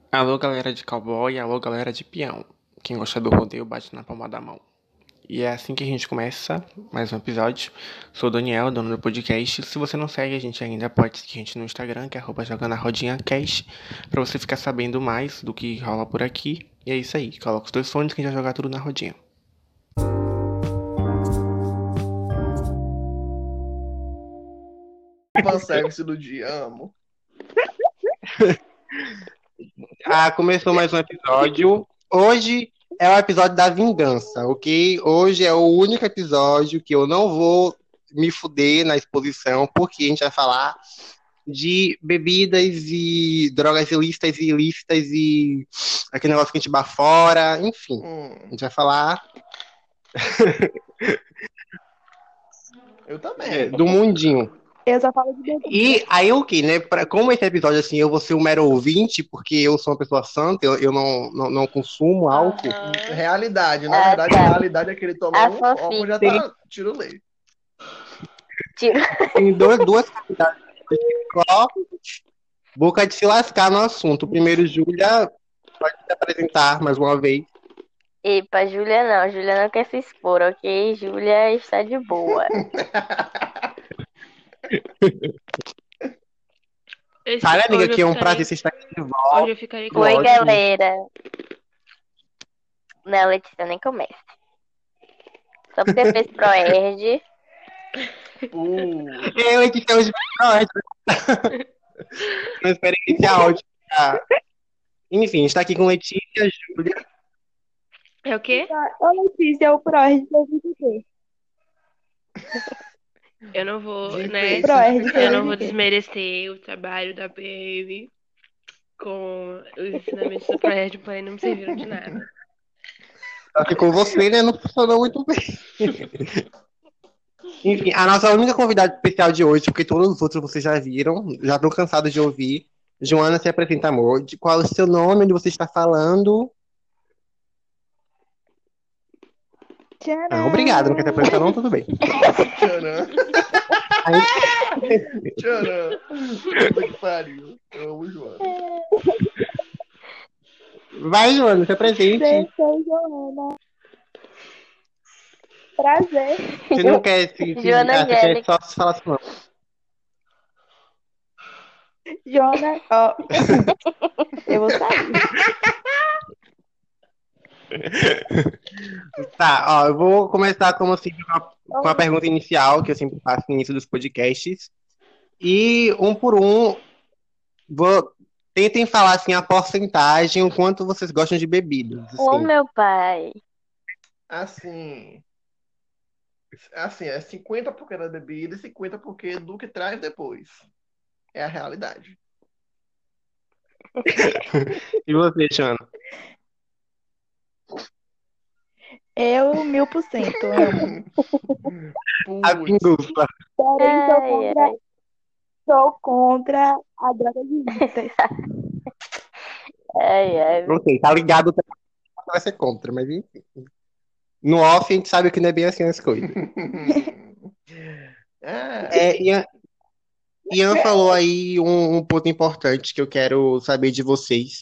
Alô, galera de cowboy, alô, galera de peão. Quem gosta do rodeio bate na palma da mão. E é assim que a gente começa mais um episódio. Sou o Daniel, dono do podcast. Se você não segue a gente ainda, pode seguir a gente no Instagram, que é @jogandarodinhacast, pra você ficar sabendo mais do que rola por aqui. E é isso aí, coloca os dois fones que a gente vai jogar tudo na rodinha. Fanservice do dia, amo. Começou mais um episódio. Hoje é o episódio da vingança, ok? Hoje é o único episódio que eu não vou me fuder na exposição, porque a gente vai falar de bebidas e drogas ilícitas e aquele negócio que a gente bafora, enfim. A gente vai falar Eu também. do mundinho. Eu só falo de bebida. E aí, ok, né? Como esse episódio, assim, eu vou ser um mero ouvinte, porque eu sou uma pessoa santa, eu não consumo álcool. Realidade. Na verdade, a realidade é que ele tomou um copo e já tá tiro leite. Tem duas qualidades de copo, boca de se lascar no assunto. Primeiro, Júlia, pode se apresentar mais uma vez. Epa, Júlia não. Júlia não quer se expor, ok? Júlia está de boa. Fala, amiga, que é um prazer você estar aqui de volta. Hoje eu ficarei com Oi, galera. Não, Letícia, nem comece. Só porque você fez ProErd. Eu aqui que hoje não esperei que esse áudio. Enfim, está aqui com Letícia, Júlia. É o quê? Ô, Letícia, o ProErd teve o quê? Eu não vou, De né? ProErd Eu teve não o vou quê? desmerecer o trabalho da PM com os ensinamentos do ProErd, porém não me serviram de nada. Só que com você, né, não funcionou muito bem. Enfim, a nossa única convidada especial de hoje, porque todos os outros vocês já viram, já estão cansados de ouvir. Joana, se apresenta, amor. Qual é o seu nome, onde você está falando? Tcharam! Obrigado, não quer se apresentar não? Tudo bem. Tcharam. Aí, Tcharam. Puta que pariu. Eu amo o João. vai, Joana, se apresente. Sou Joana. Prazer. Você não quer se Joana você quer Angélica. só se falar seu nome. Joana, ó. Eu vou sair. Tá, ó, eu vou começar como sempre com a pergunta inicial, que eu sempre faço no início dos podcasts. E um por um, tentem falar assim a porcentagem, o quanto vocês gostam de bebidas. Ô, Assim. meu pai. Assim, é 50 porque da bebida e 50 porque do que traz depois. É a realidade. E você, Joana? Eu, 1000% amo. A Putz. pinguça. Porém, Ai, sou contra a droga de ilícitas. ai. Ok, tá ligado, vai ser contra, mas enfim. No off a gente sabe que não é bem assim as coisas. Ian falou aí um ponto importante que eu quero saber de vocês.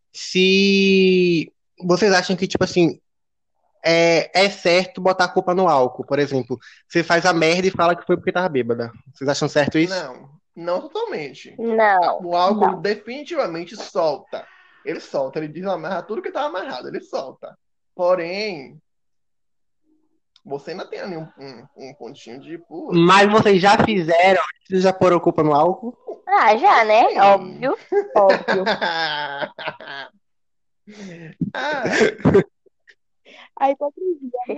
Se vocês acham que, tipo assim, é certo botar a culpa no álcool, por exemplo. Você faz a merda e fala que foi porque tava bêbada. Vocês acham certo isso? Não totalmente. Não. O álcool definitivamente solta. Ele solta, ele desamarra tudo que tá amarrado, ele solta. Porém, você ainda tem ali um pontinho de putz. Mas vocês já fizeram, vocês já poram a culpa no álcool? Ah, já, né? Sim. Óbvio. A hipocrisia, né?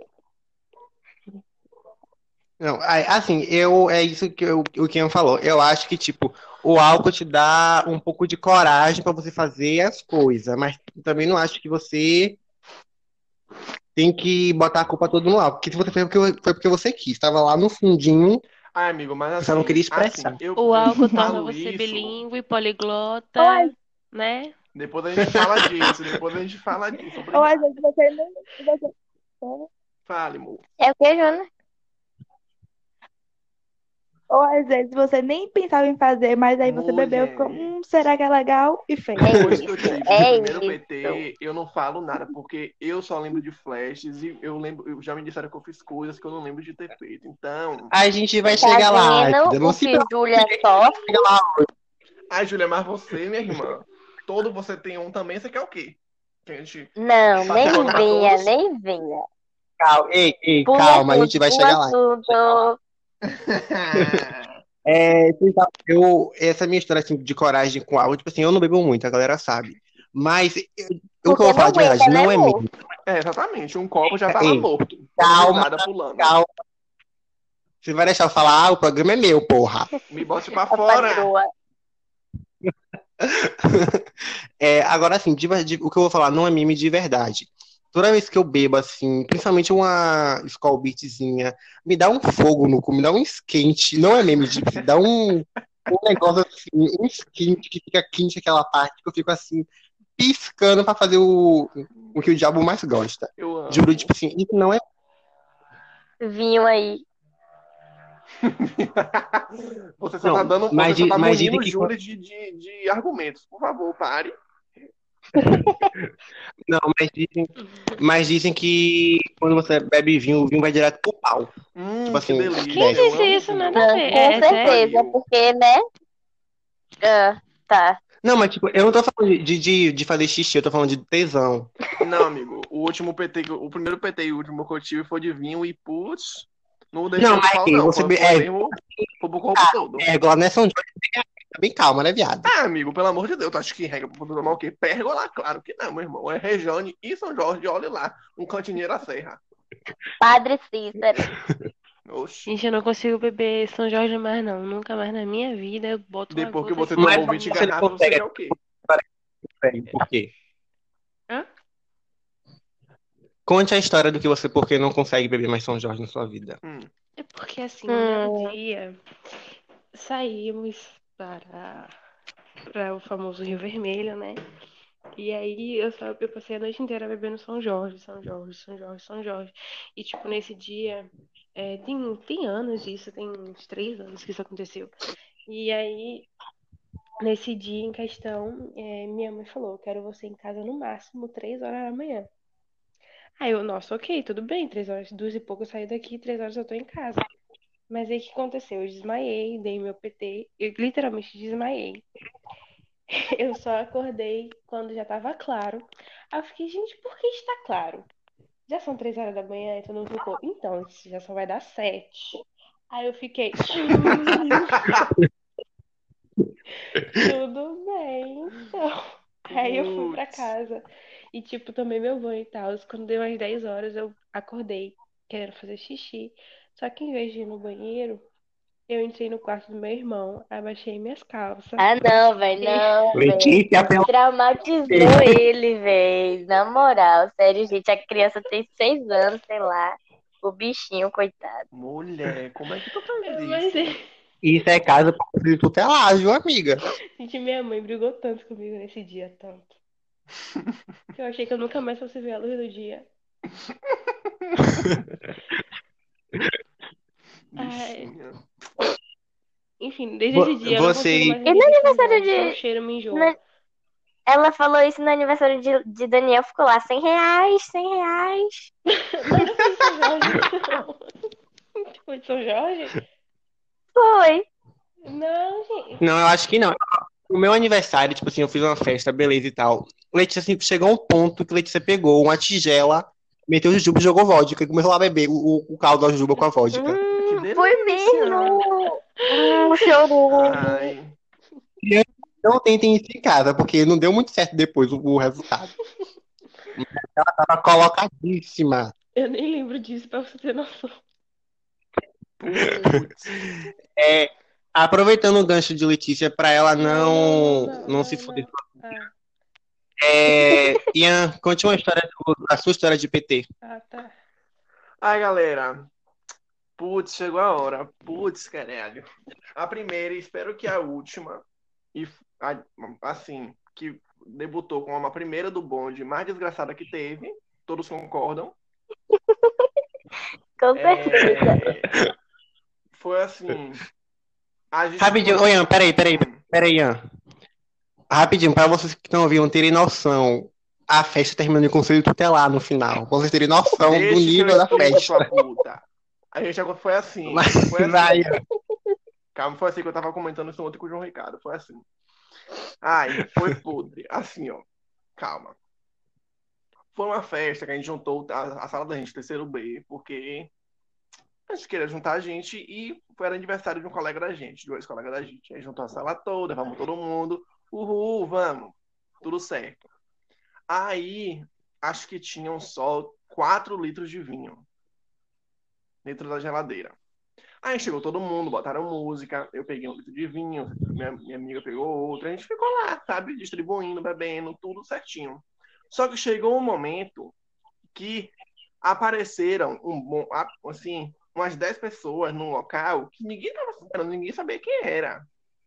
Não, assim, é isso que o Kian falou. Eu acho que, tipo, o álcool te dá um pouco de coragem pra você fazer as coisas, mas também não acho que você tem que botar a culpa toda no álcool. Porque se você fez foi porque você quis. Tava lá no fundinho, Ai, amigo, mas assim, você não queria expressar. O álcool torna falo você isso. bilíngue, poliglota, Oi. né? Depois a gente fala disso. Ou às vezes você não. Você... Fale, amor. É o que, Joana? Ou às vezes você nem pensava em fazer, mas aí você bebeu e ficou, Mulher. será que é legal? E fez. É Depois que eu isso, tive o é primeiro isso. PT, eu não falo nada, porque eu só lembro de flashes e já me disseram que eu fiz coisas que eu não lembro de ter feito. Então, A gente vai Tá chegar lá, vendo ainda. Não o se que preocupe, Júlia que a gente vai sofre? chegar lá. ai, Júlia, mas você, minha irmã, todo você tem um também, você quer o quê? Que a gente Não, passe pano nem pra venha, todos? nem venha. Calma, ei, Pula calma, a tudo, gente vai pula chegar lá. tudo. Essa minha história assim, de coragem com álcool, tipo assim, eu não bebo muito, a galera sabe. Mas o que eu Porque vou não falar de aguenta, verdade né, não é amor? mesmo. É, exatamente, um copo já tá lá Ei, morto, dando calma, risada, pulando. calma. Você vai deixar eu falar? O programa é meu, porra. Me bote pra A fora. patroa. Agora, assim, o que eu vou falar não é meme de verdade. Toda vez que eu bebo, assim, principalmente uma Skol Beatzinha, me dá um fogo no cu, me dá um esquente. Não é meme de dá um negócio assim, um esquente que fica quente aquela parte que eu fico assim, piscando pra fazer o que o diabo mais gosta. Eu Juro, amo. tipo assim, isso não é. Vinho aí. Você só tá Não, dando, você mas, só tá mas dizem munindo que. Júlia de argumentos. Por favor, pare. Não, mas dizem que quando você bebe vinho, o vinho vai direto pro pau. Tipo Que assim, Quem delícia. desce. Eu disse amo isso? vinho. Nada a Não, ver. com É sério? certeza, Pariu. porque, né? Ah, tá. Não, mas tipo, eu não tô falando de fazer xixi, eu tô falando de tesão. Não, amigo. O último PT, o primeiro PT e o último que eu tive foi de vinho e, putz, não Não, desceu do mas pau, aqui, não. você. Foi mesmo, foi pro corpo todo. Pérgola, né? São Jorge, tá bem calma, né, viado? Ah, amigo, pelo amor de Deus, tu acha que regra pra poder tomar o quê? Pérgola? Claro que não, meu irmão. É Rejane e São Jorge, olha lá. Um cantineiro à serra. Padre Cícero. Oxi. Gente, eu não consigo beber São Jorge mais, não. Nunca mais na minha vida eu boto uma Depois que gota você de Mas tomou São 20 você não garrafas, você consegue, quer o quê? por quê? Hã? Conte a história do que você, por que não consegue beber mais São Jorge na sua vida. É porque, assim, um belo Hum, dia saímos para o famoso Rio Vermelho, né? E aí eu passei a noite inteira bebendo São Jorge, São Jorge, São Jorge, São Jorge. E, tipo, nesse dia, tem anos isso, tem uns 3 anos que isso aconteceu. E aí, nesse dia em questão, minha mãe falou, quero você em casa no máximo 3 horas da manhã. Aí eu, nossa, ok, tudo bem, 3 horas, 2 e pouco eu saio daqui, 3 horas eu tô em casa. Mas aí o que aconteceu? Eu desmaiei, dei meu PT, eu literalmente desmaiei. Eu só acordei quando já tava claro. Aí eu fiquei, gente, por que está claro? Já são 3 horas da manhã e todo mundo ficou, então, isso já só vai dar 7. Aí eu fiquei, tudo bem, então. Aí eu fui pra Putz. casa e, tipo, tomei meu banho e tal. Quando deu umas 10 horas, eu acordei querendo fazer xixi. Só que em vez de ir no banheiro, eu entrei no quarto do meu irmão, abaixei minhas calças. Ah, não, velho, não, velho. Letícia, pelo Traumatizou ele, velho. Na moral, sério, gente. A criança tem 6 anos, sei lá. O bichinho, coitado. Mulher, como é que tu faz Mas, isso? Isso é casa pra tutelar, viu, amiga? gente, minha mãe brigou tanto comigo nesse dia, tanto. Que eu achei que eu nunca mais fosse ver a luz do dia. Ai, Bichinha. enfim, desde esse dia eu não consigo Você. mais E no beber São aniversário Jorge, só o de. cheiro me enjoa. no- Ela falou isso no aniversário de Daniel, ficou lá, R$ 100, R$ 100. Mas não foi de São Jorge, não. Foi de São Jorge? Foi. Não, gente. Não, eu acho que não. O meu aniversário, tipo assim, eu fiz uma festa, beleza e tal. Letícia, assim, chegou um ponto que Letícia pegou uma tigela, meteu o jujuba e jogou vodka e começou a beber o caldo da jujuba com a vodka. Que Foi delícia. mesmo. Chorume. Ai, Não tentem isso em casa, porque não deu muito certo depois o resultado. Ela tava colocadíssima. Eu nem lembro disso, pra você ter noção. putz. É, aproveitando o gancho de Letícia, pra ela não se não. foder. Ah, Ian, conte uma história, a sua história de PT. tá. Ai, galera. Putz, chegou a hora. Putz, caralho. A primeira, e espero que a última. E assim, que debutou como a primeira do bonde mais desgraçada que teve. Todos concordam. Com certeza. Foi assim. A gente Rapidinho, ô foi. Ian, Hum. peraí, Ian. Rapidinho, pra vocês que estão ouvindo terem noção, a festa terminou em conselho tutelar no final. Pra vocês terem noção do Deixa que eu nível da explique, sua festa. puta. A gente agora foi assim. Vai, Foi vai. assim. Calma, foi assim que eu tava comentando isso ontem com o João Ricardo. Foi assim. Ai, foi podre. Assim, ó. Calma. Foi uma festa que a gente juntou a sala da gente, terceiro B, porque a gente queria juntar a gente e foi aniversário de um colega da gente, de dois colegas da gente. Aí juntou a sala toda, vamos todo mundo. Uhul, vamos. Tudo certo. Aí, acho que tinham só 4 litros de vinho dentro da geladeira. Aí chegou todo mundo, botaram música, eu peguei 1 litro de vinho, minha amiga pegou outro, a gente ficou lá, sabe, distribuindo, bebendo, tudo certinho. Só que chegou um momento que apareceram assim, umas 10 pessoas num local que ninguém tava esperando, ninguém sabia quem era.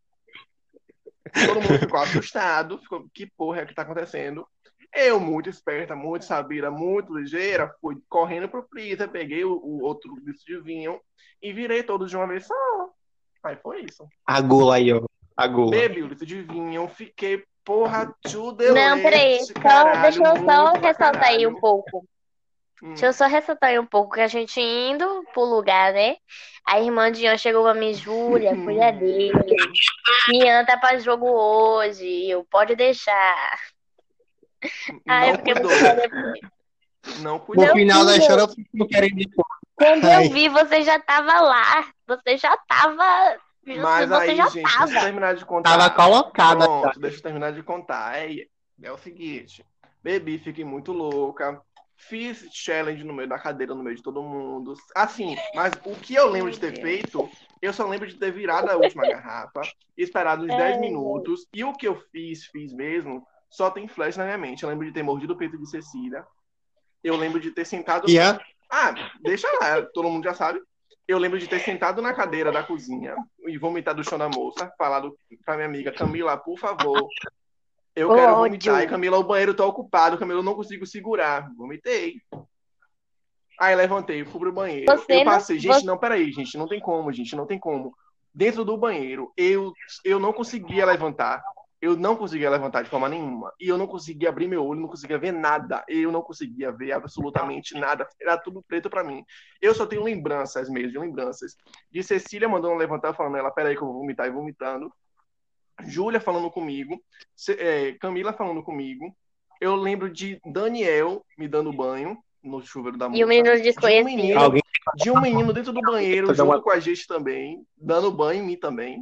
Todo mundo ficou assustado, ficou, que porra é que tá acontecendo? Eu, muito esperta, muito sabida, muito ligeira, fui correndo pro freezer, peguei o outro litro de vinho e virei todos de uma vez só. Aí foi isso. A gula aí, ó. A gula. Bebi o litro de vinho, fiquei, porra, to the Não, peraí. left, caralho, Deixa eu só muito pra ressaltar aí um caralho. pouco. Deixa eu só ressaltar aí um pouco que a gente indo pro lugar, né? A irmã de Ian chegou pra mim, Júlia, cuida dele. Ian tá pra jogo hoje. Eu pode deixar. Aí eu Não fiquei cuidou. muito mal depois. Não No cuidou. final da filho. história, vocês não querem ir. Quando Ai. eu vi, você já tava lá. Você já tava. Mas Você aí, já gente, deixa eu tava. terminar de contar. Tava colocada. Pronto, deixa eu terminar de contar. É o seguinte, bebi, fiquei muito louca. Fiz challenge no meio da cadeira, no meio de todo mundo. Assim, mas o que eu lembro de ter feito, eu só lembro de ter virado a última garrafa, esperado uns 10 minutos, e o que eu fiz mesmo, só tem flash na minha mente. Eu lembro de ter mordido o peito de Cecília. Eu lembro de ter sentado... Ian, Ah, deixa lá, todo mundo já sabe. Eu lembro de ter sentado na cadeira da cozinha e vomitar do chão da moça, falado pra minha amiga, Camila, por favor, eu quero vomitar. Ódio. E Camila, o banheiro tá ocupado, Camila, eu não consigo segurar. Vomitei. Aí levantei, fui pro banheiro. Você Eu não- passei, gente, você- não, peraí, gente, não tem como, gente, não tem como. Dentro do banheiro, eu não conseguia levantar. Eu não conseguia levantar de forma nenhuma. E eu não conseguia abrir meu olho, não conseguia ver nada. Eu não conseguia ver absolutamente nada. Era tudo preto pra mim. Eu só tenho lembranças mesmo, de lembranças. De Cecília mandando levantar, falando, ela, peraí que eu vou vomitar e vomitando. Júlia falando comigo. Camila falando comigo. Eu lembro de Daniel me dando banho no chuveiro da moça. E o menino De um desconhecido. menino, alguém de um menino dentro do banheiro, Fazer uma- junto com a gente também, dando banho em mim também.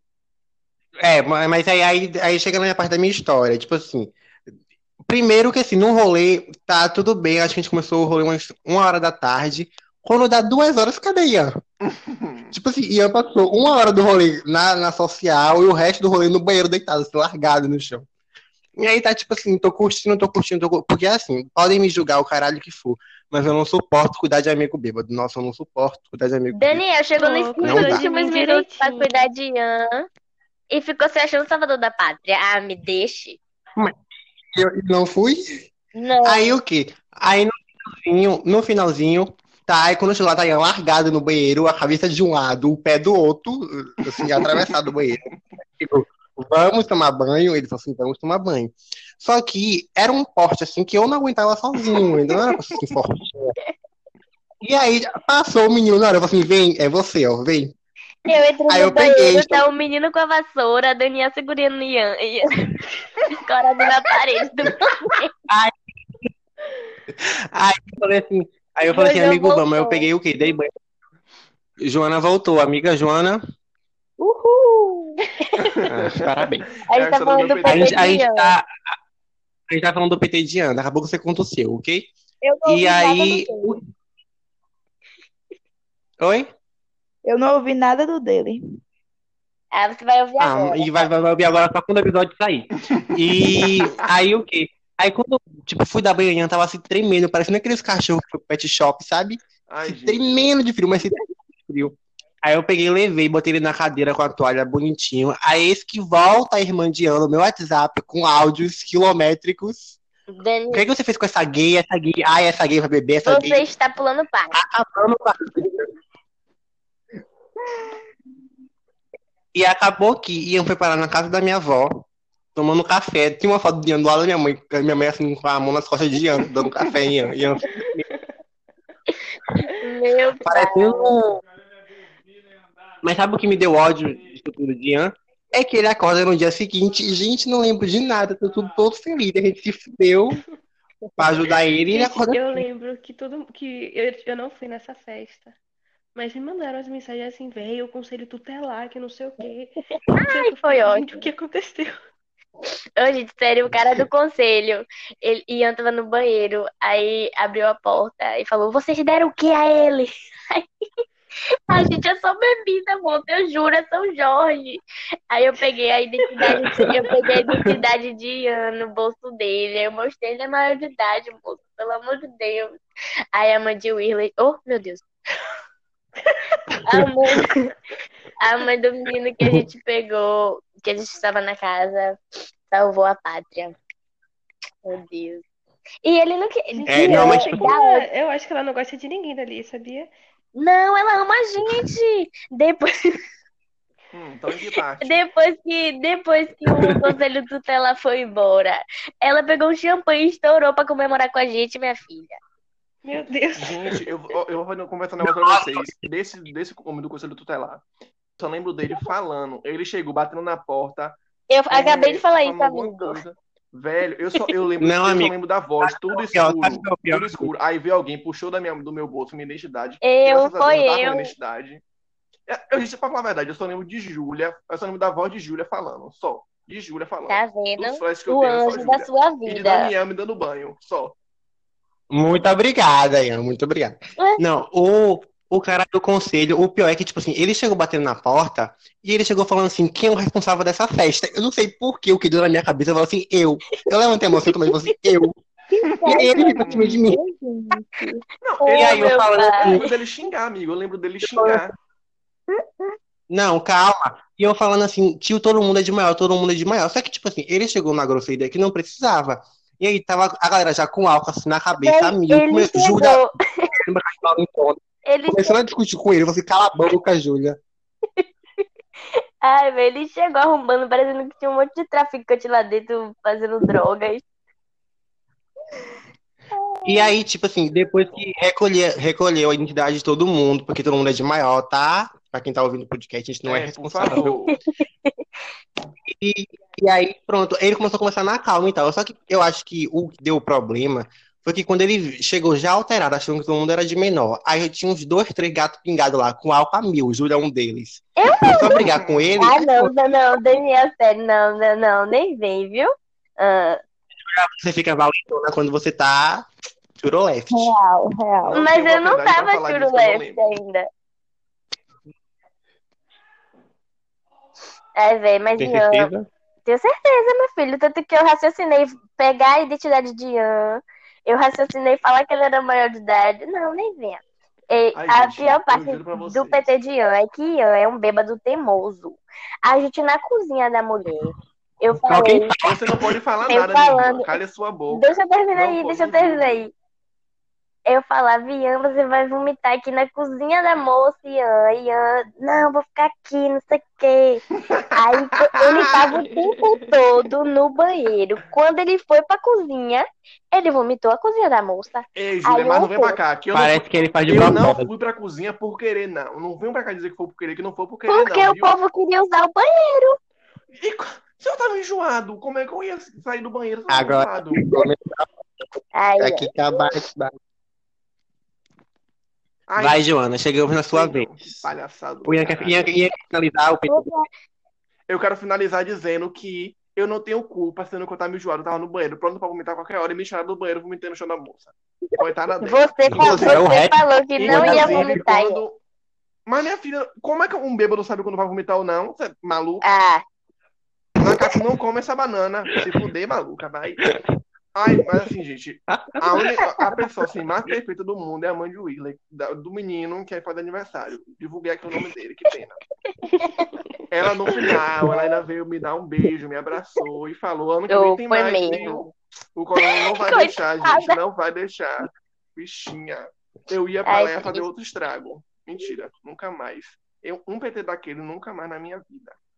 Mas aí chega na parte da minha história. Tipo assim, primeiro que assim, num rolê, tá tudo bem. Acho que a gente começou o rolê umas 1 hora da tarde. Quando dá 2 horas, cadê Ian? Tipo assim, Ian passou 1 hora do rolê na social e o resto do rolê no banheiro deitado, assim, largado no chão. E aí tá tipo assim, tô curtindo. Porque assim, podem me julgar o caralho que for, mas eu não suporto cuidar de amigo bêbado. Nossa, eu não suporto cuidar de amigo bêbado. Daniel chegou Pô, nos não dá. últimos minutos pra Direitinho. cuidar de Ian e ficou se achando salvador da pátria. Ah, me deixe. Eu não fui. Não. Aí o quê? Aí no finalzinho, tá, aí quando eu chego lá, tá Ian largado no banheiro, a cabeça de um lado, o pé do outro, assim, atravessado o banheiro. Tipo, vamos tomar banho? Ele falou assim, vamos tomar banho. Só que era um porte, assim, que eu não aguentava sozinho, ainda não era coisa assim forte. E aí passou o menino na hora, eu falei assim, vem, é você, ó, vem. Eu entrei Aí no eu peguei, banheiro, tá o menino com a vassoura, a Daniel segurando Ian. Ian escorado na parede do Aí eu falei assim, Jojo amigo, vamos. Aí eu voltou. peguei o quê? Dei banho. Joana voltou, amiga Joana. Uhul! Parabéns. A gente tá Essa falando do do PT. A gente, a PT de gente Ian. tá, a gente tá falando do PT de Ana, daqui a pouco você conta o seu, ok? Eu não ouvi E nada aí. do dele. Oi? Eu não ouvi nada do dele. Ah, você vai ouvir agora. E vai ouvir agora só quando o episódio sair. E aí o quê? Aí quando eu, tipo, fui dar banho, tava assim tremendo, parecendo aqueles cachorros que foi pro pet shop, sabe? Ai, Se gente. tremendo de frio, mas se tremendo de frio. Aí eu peguei, levei, botei ele na cadeira com a toalha bonitinho. Aí esse que volta a irmã de Ana no meu WhatsApp com áudios quilométricos. O Dani, que é que você fez com essa gay? Ai, essa gay vai beber, essa você gay. está pulando parte. Acabando com a... E acabou que iam preparar na casa da minha avó, tomando café. Tinha uma foto de Ian do lado da minha mãe assim, com a mão nas costas de Ian, dando café em Ian. Ian Meu pai. parecendo. Mas sabe o que me deu ódio disso tudo de Ian? É que ele acorda no dia seguinte e, gente, não lembro de nada, tô tudo todo feliz. A gente se fudeu pra ajudar ele e ele Gente, acorda. eu lembro que eu não fui nessa festa. Mas me mandaram as mensagens assim, velho, o conselho tutelar, que não sei o quê. Não sei o que. Eu Foi falei, ótimo. gente, o que aconteceu? Ô, gente, sério, o cara do conselho, Ian tava no banheiro, aí abriu a porta e falou, vocês deram o que a ele? Aí, gente, é só bebida, moço, eu juro, é São Jorge. Aí eu peguei a identidade de Ian no bolso dele, aí eu mostrei ele é maior de idade, moço, pelo amor de Deus. Aí a mãe de Whirley, oh, meu Deus. A mãe, a mãe do menino que a gente pegou, que a gente estava na casa, salvou a pátria. Meu Deus. E ele não quer. Gente, É, eu não, mas acho tipo, que ela não gosta de ninguém dali, sabia? Não, ela ama a gente. Depois, Então em que parte? depois que o conselho tutelar foi embora, ela pegou um champanhe e estourou pra comemorar com a gente, minha filha. Meu Deus. Gente, eu vou conversar um negócio pra vocês. Desse homem do Conselho Tutelar. Só lembro dele falando. Ele chegou batendo na porta. Eu acabei de falar isso, falando alguma amigo. coisa. Velho, eu lembro, Não, eu só amigo. lembro da voz, tudo Sabe o que é o escuro, pior? tudo escuro. Aí veio alguém, puxou do meu bolso minha identidade. Eu, Graças a Deus, foi não tava com a eu. identidade. Eu disse pra falar a verdade, eu só lembro de Júlia, eu só lembro da voz de Júlia falando, só. De Júlia falando. Tá Dos vendo? flashes que eu O tenho, é só anjo da Júlia. sua E de vida. Daniel me dando banho, só. Muito obrigada, Ian, muito obrigado. Ué? Não, o cara do conselho, o pior é que, tipo assim, ele chegou batendo na porta e ele chegou falando assim, quem é o responsável dessa festa? Eu não sei por que o que deu na minha cabeça, eu falei assim, eu. Eu levantei a mão assim, mas eu falei assim, eu. E aí ele veio pra cima de mim. Não, E ele, aí eu meu falando eu pai. assim, lembro dele xingar, amigo. Eu lembro dele xingar. não, calma. E eu falando assim, tio, todo mundo é de maior, todo mundo é de maior. Só que, tipo assim, ele chegou na grosseria que não precisava. E aí tava a galera já com álcool assim na cabeça, a mil. Ele Júlia, chegou. lembra que tava em ponto. Ele Começando a discutir com ele, eu falei assim, cala a boca, Júlia. Ai, velho, ele chegou arrombando, parecendo que tinha um monte de traficante lá dentro fazendo drogas. E aí, tipo assim, depois que recolheu a identidade de todo mundo, porque todo mundo é de maior, tá? Pra quem tá ouvindo o podcast, a gente não é Por responsável. favor. E aí, pronto, ele começou a conversar na calma e tal. Só que eu acho que o que deu problema foi que quando ele chegou já alterado, achando que todo mundo era de menor, aí tinha uns 2, 3 gatos pingados lá, com álcool a mil, Júlia é um deles. Começou a brigar com ele, Ah, não, Daniel, sério, não, nem vem, viu? Ah, você fica valentona quando você tá to left. Real. Não mas tenho eu não propriedade pra tava falar disso, tiro que eu não left lembro. ainda. É, velho, mas Tem Ian, certeza? tenho certeza, meu filho. Tanto que eu raciocinei pegar a identidade de Ian. Eu raciocinei falar que ele era maior de idade. Não, nem venha. E Ai, a gente, pior eu parte juro pra do vocês. PT de Ian é que Ian é um bêbado teimoso. A gente na cozinha da mulher. Eu Alguém falei, Você não pode falar Eu nada, minha irmã. falando- Calha sua boca. deixa eu terminar Não aí, pode, deixa eu não terminar julgue. aí. Eu falava, Ian, você vai vomitar aqui na cozinha da moça, Ian, não, vou ficar aqui, não sei o quê. Aí ele tava o tempo todo no banheiro. Quando ele foi pra cozinha, ele vomitou a cozinha da moça. Ei, Júlia, Aí mas não eu vem pra fui. cá. Que parece que ele faz de eu não propósito. fui pra cozinha por querer, não. Não vem pra cá dizer que foi por querer, que não foi por querer, Porque não, o viu? povo queria usar o banheiro. E se eu tava enjoado, como é que eu ia sair do banheiro se eu tava Agora, enjoado? Aí, aqui acabar. Ai, Vai, Joana, chegamos na sua sei vez. não. Palhaçada. O Ian quer finalizar o PT. Eu quero finalizar dizendo que eu não tenho culpa sendo que eu tava enjoado. Eu tava no banheiro, pronto pra vomitar a qualquer hora e me tiraram do banheiro vomitando no chão da moça. Coitada dela. você é o resto. falou que não ia Inclusive, vomitar. Ian. quando... Mas, minha filha, como é que um bêbado sabe quando vai vomitar ou não? Você é maluco? Ah, Macaco não come essa banana. Se fuder, maluca, vai. Ai, mas assim, gente, a pessoa assim, mais perfeita do mundo é a mãe de Whirley, do menino que faz aniversário. Divulguei aqui o nome dele, que pena. Ela no final, ela ainda veio me dar um beijo, me abraçou e falou: ano que vem tem foi mais, mesmo. viu? O coronel não vai deixar, gente, não vai deixar. Bichinha. Eu ia pra Ai, lá e ia fazer triste. outro estrago. Mentira, nunca mais. Um PT daquele, nunca mais na minha vida.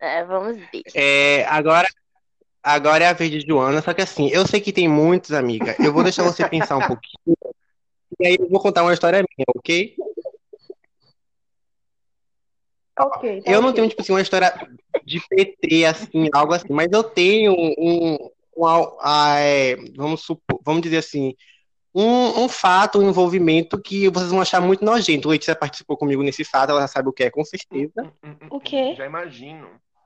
Vamos ver. Agora é a vez de Joana, só que assim, eu sei que tem muitos, amiga. Eu vou deixar você pensar um pouquinho, e aí eu vou contar uma história minha, ok? Ok, tá Eu não tenho, ok. tipo assim, uma história de PT, assim, algo assim, mas eu tenho vamos dizer assim, um fato, um envolvimento que vocês vão achar muito nojento. A Letícia participou comigo nesse fato, ela já sabe o que é, com certeza. O quê? Já imagino.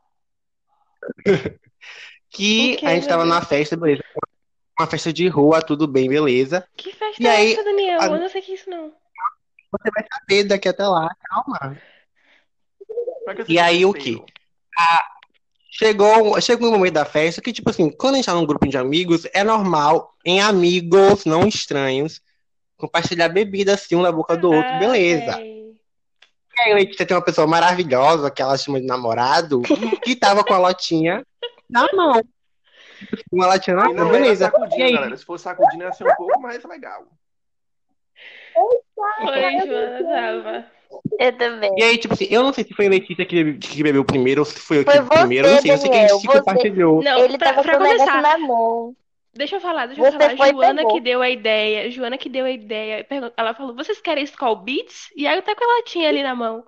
Que O quê, a gente meu tava numa Deus? festa, beleza? Uma festa de rua, tudo bem, beleza. Que festa E é aí, essa, Daniel? Eu não sei o que é isso, não. você vai saber daqui até lá, calma. Pra que E ser aí, o quê? fofoqueiro? Chegou o momento da festa que, tipo assim, quando a gente tá num grupo de amigos, é normal, em amigos, não estranhos, compartilhar bebida assim, um na boca do outro, Ah, beleza. véi. E aí, Letícia tem uma pessoa maravilhosa, que ela chama de namorado, que tava com a latinha na mão. Uma latinha na E mão, não era beleza. E sacudindo, aí, galera. Se fosse sacudindo, ia ser um pouco mais legal. Foi, Joana, tava. Eu também. e aí, tipo assim, eu não sei se foi a Letícia que bebeu primeiro ou se foi eu que Foi bebi primeiro, eu não você, sei. Eu sei que a gente Daniel. se Você. compartilhou. Não, Ele tava pra com o negócio começar, na mão. deixa eu falar. Você foi e Joana que pegou. deu a ideia. Joana que deu a ideia. Ela falou: vocês querem Skol Beats? E aí eu tá com a latinha ali na mão.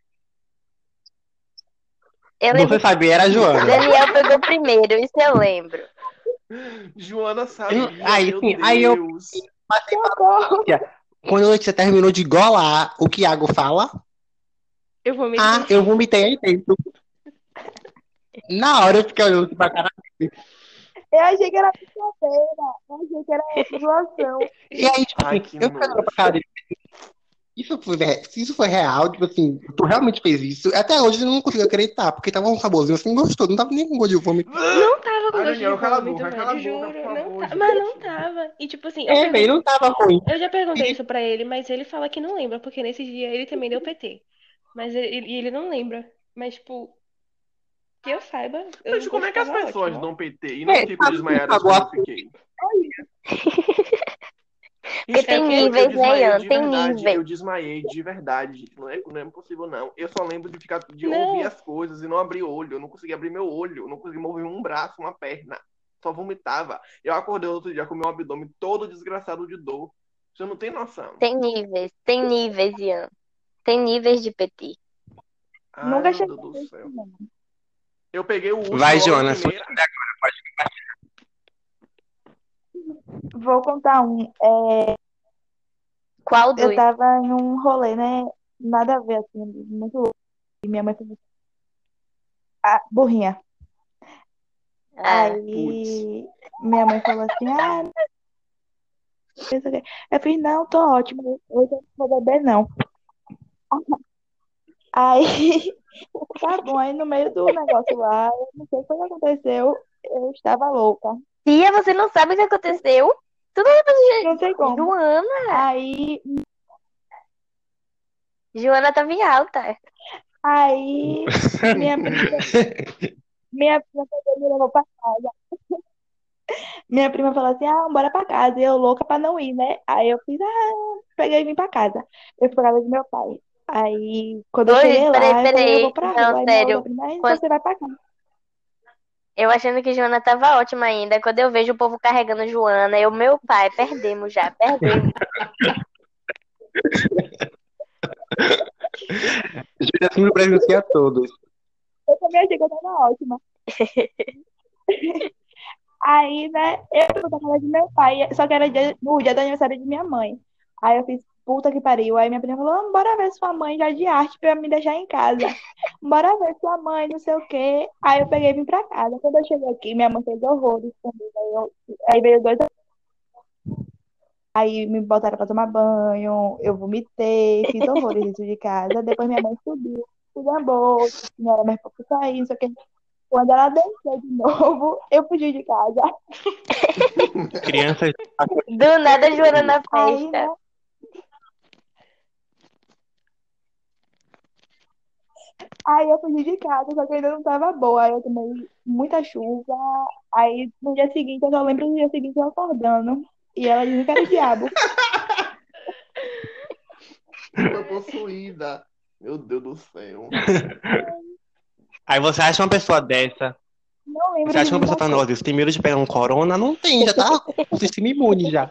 Eu lembro Você que sabia, era a Joana. Daniel pegou primeiro, isso eu lembro. Joana sabia, Aí, meu sim, aí eu Deus. passei pra Socorro. Letícia. Quando a Letícia terminou de golar, o que Iago fala? Eu vomitei. Eu vomitei aí dentro. Na hora eu fiquei olhando pra cara. Eu achei que era brincadeira. Eu achei que era zoação. E aí, tipo Ai, assim, que eu fiquei olhando nojo. pra cara dele. Se isso foi real, tipo assim, tu realmente fez isso. Até hoje eu não consigo acreditar, porque tava um saborzinho assim gostoso, não tava nem com gosto de vômito. Não tava com Ai, gosto de Daniel, vômito, velho. cala a boca, por Juro. Não favor, tá. Mas não gente. tava. E tipo assim, É, velho, não tava ruim. eu já perguntei E, isso pra ele, mas ele fala que não lembra, porque nesse dia ele também deu PT. Mas ele não lembra. Mas, tipo, que eu saiba, Gente, o como gosto é que as tava pessoas ótimo, ó. dão PT e não ficam sabe o que desmaiadas pagou como a eu fiquei? Porque Gente, É o tem quê? eu níveis, né, desmaiei Ian? de Tem verdade. níveis. Eu desmaiei de verdade, gente. Não é possível, não. Eu só lembro de ouvir Não, as coisas e não abrir olho. Eu não consegui abrir meu olho. Eu não consegui mover um braço, uma perna. Só vomitava. Eu acordei outro dia com meu abdômen todo desgraçado de dor. Você não tem noção. Tem níveis, Ian. Tem níveis de PT. Ai, Nunca meu cheguei Deus do a isso, céu. não. Eu peguei o último Vai, logo de Jonas. primeira. Vou contar um. Qual Eu dos? tava em um rolê, né? Nada a ver, assim, muito louco. E minha mãe falou, ah, burrinha. Ah, Putz. Aí minha mãe falou assim, ah, não sei o quê. Eu fiz, não, tô ótimo. Hoje eu não vou beber, não. Aí, tá bom, aí no meio do negócio lá, eu não sei o que aconteceu, eu estava louca. tia, você não sabe o que aconteceu? Tu não lembra Não sei de como. Joana? Aí, Joana tava em alta. aí minha prima me levou pra casa. Minha prima falou assim, ah, bora pra casa. E eu louca pra não ir, né? Aí eu fiz, peguei e vim pra casa. Eu fui pra casa do meu pai. Aí, quando eu Oi, cheguei peraí, lá, eu falei, eu vou peraí. pra Não, rua. Aí minha outra sério. prima, aí Quando- você vai pra casa. Eu achando que Joana tava ótima ainda. Quando eu vejo o povo carregando Joana, meu pai, perdemos já, perdemos. Júlia sempre presencia a todos. Eu também achei que eu tava ótima. Aí, né, eu fui pra casa do meu pai, só que era no dia do aniversário de minha mãe. Aí eu fiz, puta que pariu. Aí minha prima falou, bora ver sua mãe já de arte pra me deixar em casa. Bora ver sua mãe, não sei o quê. Aí eu peguei e vim pra casa. Quando eu cheguei aqui, minha mãe fez horrores comigo. Aí veio dois. Aí me botaram pra tomar banho, eu vomitei, fiz horrores dentro de casa. Depois minha mãe subiu, fui na bolsa, não era mais pra eu sair, não sei o quê. Quando ela desceu de novo, eu fugi de casa. Crianças. Do nada, Joana na Aí, né? festa. Aí eu fugi de casa, só que eu ainda não tava boa. Aí eu tomei muita chuva. Aí no dia seguinte, eu só lembro do dia seguinte eu acordando. E ela dizendo que era o diabo. Foi possuída. Meu Deus do céu. Aí você acha uma pessoa dessa, Não você lembro de acha que uma pessoa muita tá coisa. nervosa, tem medo de pegar um corona? Não tem, já tá com o sistema imune já.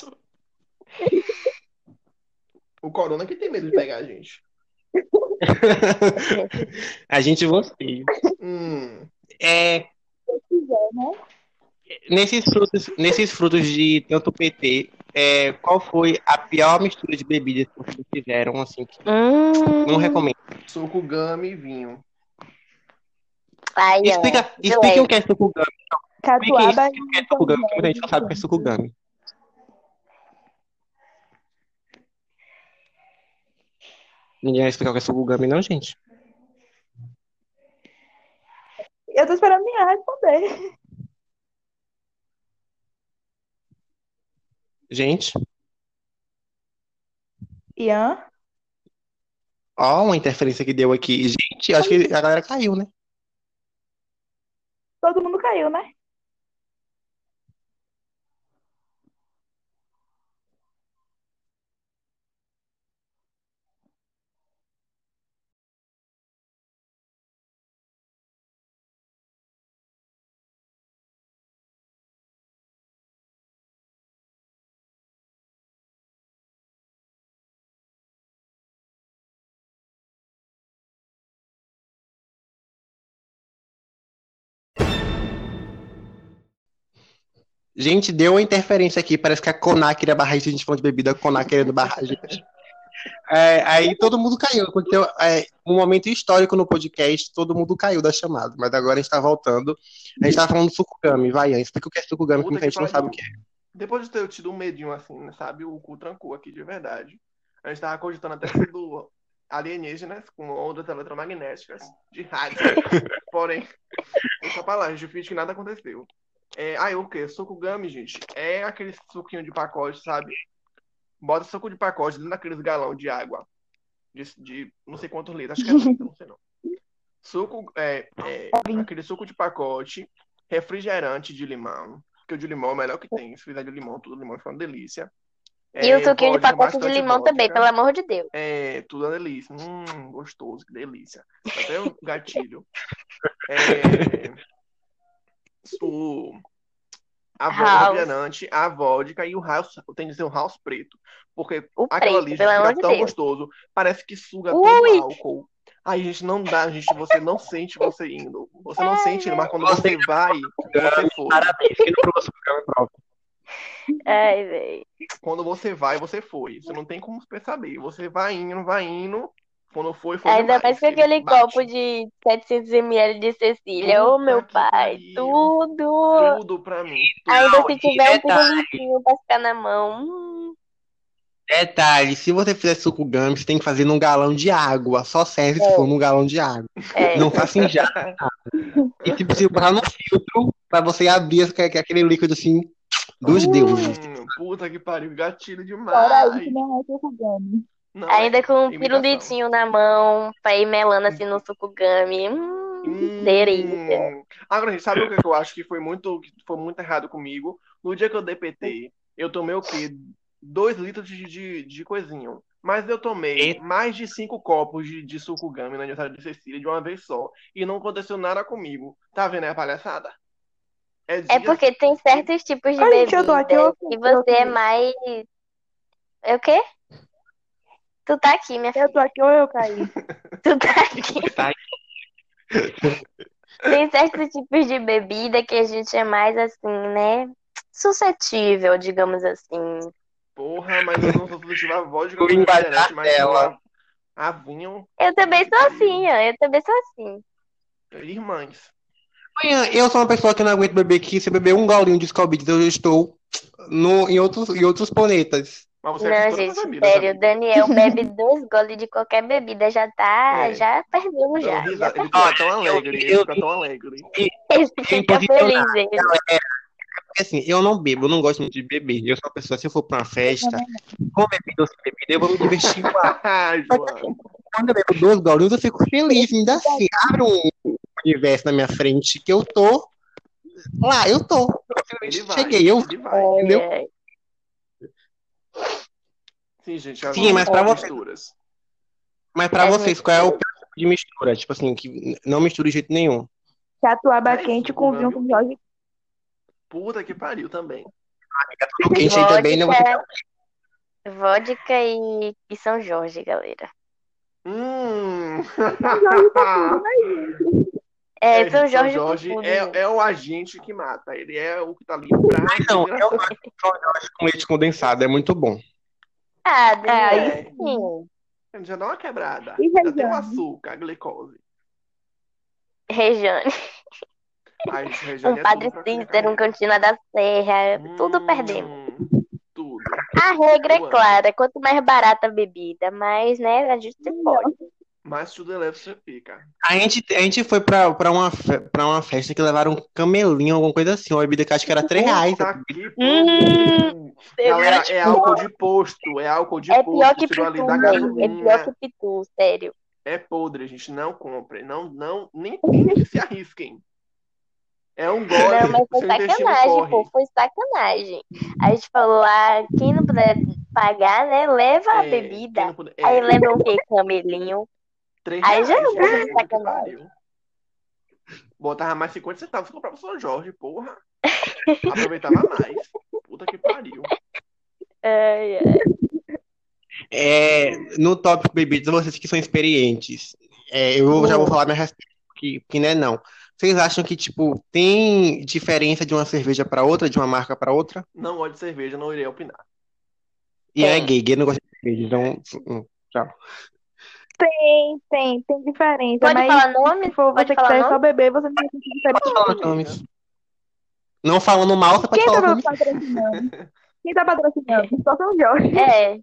O corona que tem medo de pegar a gente. A gente você. Hum, É, Se quiser, né? nesses frutos de tanto PT, qual foi a pior mistura de bebidas que vocês fizeram, assim, que não recomendo? suco, gama e vinho. Ai, Explica, de explique o leve. que é sucugami. Explique Catuaba o que é e São sucugami, que muita gente Jorge não sabe o que é juntos. sucugami. Ninguém vai explicar o que é sucugami, não, gente. Eu tô esperando Ian responder. Gente, Ian? ó, uma interferência que deu aqui. Gente, acho que a galera caiu, né? Todo mundo caiu, né? Gente, deu uma interferência aqui. Parece que a Conar queria barrar a gente falando de bebida, a Conar querendo barrar a gente. Aí todo mundo caiu. Aconteceu um momento histórico no podcast, todo mundo caiu da chamada. Mas agora a gente tá voltando. A gente tá falando do sucugami. Vai, Ian, explica o que é sucugami, que Puta muita que gente não sabe o pariu. que é. Depois de ter tido um medinho assim, né, sabe? O cu trancou aqui de verdade. A gente tava cogitando até sido alienígenas com ondas eletromagnéticas de rádio. Porém, deixa pra lá, a gente finge que nada aconteceu. O quê? Suco gummy, gente. É aquele suquinho de pacote, sabe? Bota suco de pacote dentro daqueles galão de água. De não sei quantos litros, acho que é 30, não sei não. Suco, aquele suco de pacote, refrigerante de limão. Porque o de limão é o melhor que tem. Se fizer de limão, tudo limão fica uma delícia. E o suquinho de Vodka, pacote de bastante limão também, vodka. pelo amor de Deus. Tudo uma delícia. Gostoso, que delícia. Até o gatilho. A House. refrigerante, a vodka e o house, tem que ser o house preto. Porque O aquela preto, ali pelo fica amor de tão Deus. gostoso. Parece que suga Ui! todo o álcool. Aí, gente, não dá, gente. Você não sente você indo. Você não sente indo, mas quando você vai, você foi. Parabéns, quem não provou sucugami, prova. Ai, velho. Quando você vai, você foi. Você não tem como saber. Você vai indo, vai indo. Quando foi Ainda demais. mais com aquele Bate. copo de 700 ml de Cecília. Ô, Puta meu que pai, pariu. tudo. Tudo pra mim. Ainda Não, se e tiver um detalhe. pirulitinho pra ficar na mão. Detalhe, se você fizer sucugami, você tem que fazer num galão de água. Só serve se for num galão de água. É. Não faça em jarro. E se você botar no filtro, pra você abrir aquele líquido assim dos deuses. Puta que pariu, gatilho Fora demais. isso, não é sucugami. Não, Ainda com um imitação. pirulitinho na mão, pra ir melando assim no sucugami. Delícia. Agora, gente, sabe o que eu acho que foi muito errado comigo? No dia que eu dei PT, eu tomei o quê? 2 litros de coisinho. Mas eu tomei mais de 5 copos de sucugami no aniversário de Cecília de uma vez só. E não aconteceu nada comigo. Tá vendo aí a palhaçada? É porque tem certos tipos de Ai, gente, eu tô aqui, bebida eu- que você é mais. É o quê? Tu tá aqui, minha filha. Eu tô aqui ou eu caí? Tu tá aqui. Tem certos tipos de bebida que a gente é mais assim, né? Suscetível, digamos assim. Porra, mas eu não sou suscetível à vodka com Vou embaixar refrigerante, mas dela. a vinho. Eu também sou assim, ó. Eu também sou assim. Irmãs. Ian, eu sou uma pessoa que não aguento beber aqui. Se eu beber um golinho de Scalbits, eu estou em outros planetas. Mas você Não, é todas gente, as bebidas, sério, o amigo. Daniel bebe 2 goles de qualquer bebida, já tá, já perdeu Dando já. risada. Ele Olha, fica tão alegre, ele fica tão alegre. Ele fica feliz, ele. Porque assim, eu não bebo, eu não gosto muito de beber. Eu sou uma pessoa, se eu for pra uma festa, com bebida ou sem bebida, eu vou me divertir igual. João. Quando eu bebo 2 golinhos, eu fico feliz. Ainda assim, abre um universo na minha frente que eu tô lá, eu tô. Ele vai. Cheguei, eu Ele vai. entendeu? Ai, Sim, gente. As Sim, mas pra nossas você- misturas. Mas pra vocês, qual é o pior de mistura, tipo assim, que não mistura de jeito nenhum. Catuaba É quente isso, com vinho com Jorge. Puta que pariu também. Fica tudo quente aí também, né? Você... Vodka e São Jorge, galera. Jorge tá tudo, né, gente? É, São São Jorge com Jorge tudo, gente. é o agente que mata. Ele é o que tá ali pra ser Não, eu engraçado. gosto de São Jorge com leite condensado, é muito bom. Ah, Daniel, aí sim. Ele já dá uma quebrada. E Já tem o Rejane? açúcar, a glicose. Rejane. A Regiane é Padre tudo pra quem Cícero, carrega. Cantina da Serra, tudo perdemos. Tudo. A regra é Eu amo. clara, quanto mais barata a bebida, mais, né, a gente pode. Mas tudo eleva você fica. A gente foi pra uma festa que levaram um camelinho, alguma coisa assim, uma bebida que acho que era R$ 3. Puta que pariu. Galera, Era, tipo, é álcool de posto. É álcool de é posto. pior que Tirou ali Pitu, da velho. É pior gasolina. que Pitu, sério. É podre, gente. Não compre. Não, nem se arrisquem. É um Não, gole. mas foi Seu intestino sacanagem, corre. pô, foi sacanagem. A gente falou, quem não puder pagar, né, leva a Quem bebida. não puder. Aí leva o quê? Camelinho. R$3, Aí já é um pouco de gente. Puta que sacanagem. pariu. Botava mais 50 centavos e comprava São Jorge, porra. Aproveitava mais. Puta que pariu. Ai, No tópico bebidas, vocês que são experientes, eu já vou falar minha resposta, que não é não. Vocês acham que, tipo, tem diferença de uma cerveja pra outra, de uma marca pra outra? Não gosto de cerveja, não irei opinar. E é Tem. gay não gosta de cerveja, então, tchau. Tem diferença, Pode mas falar nome? se for Pode você falar quiser nome? só beber, você não vai sentir diferença. Pode falar os nomes. Não falando mal, você pode Quem falar os tá nomes. patrocinando? Quem tá patrocinando? Só São Jorge. É.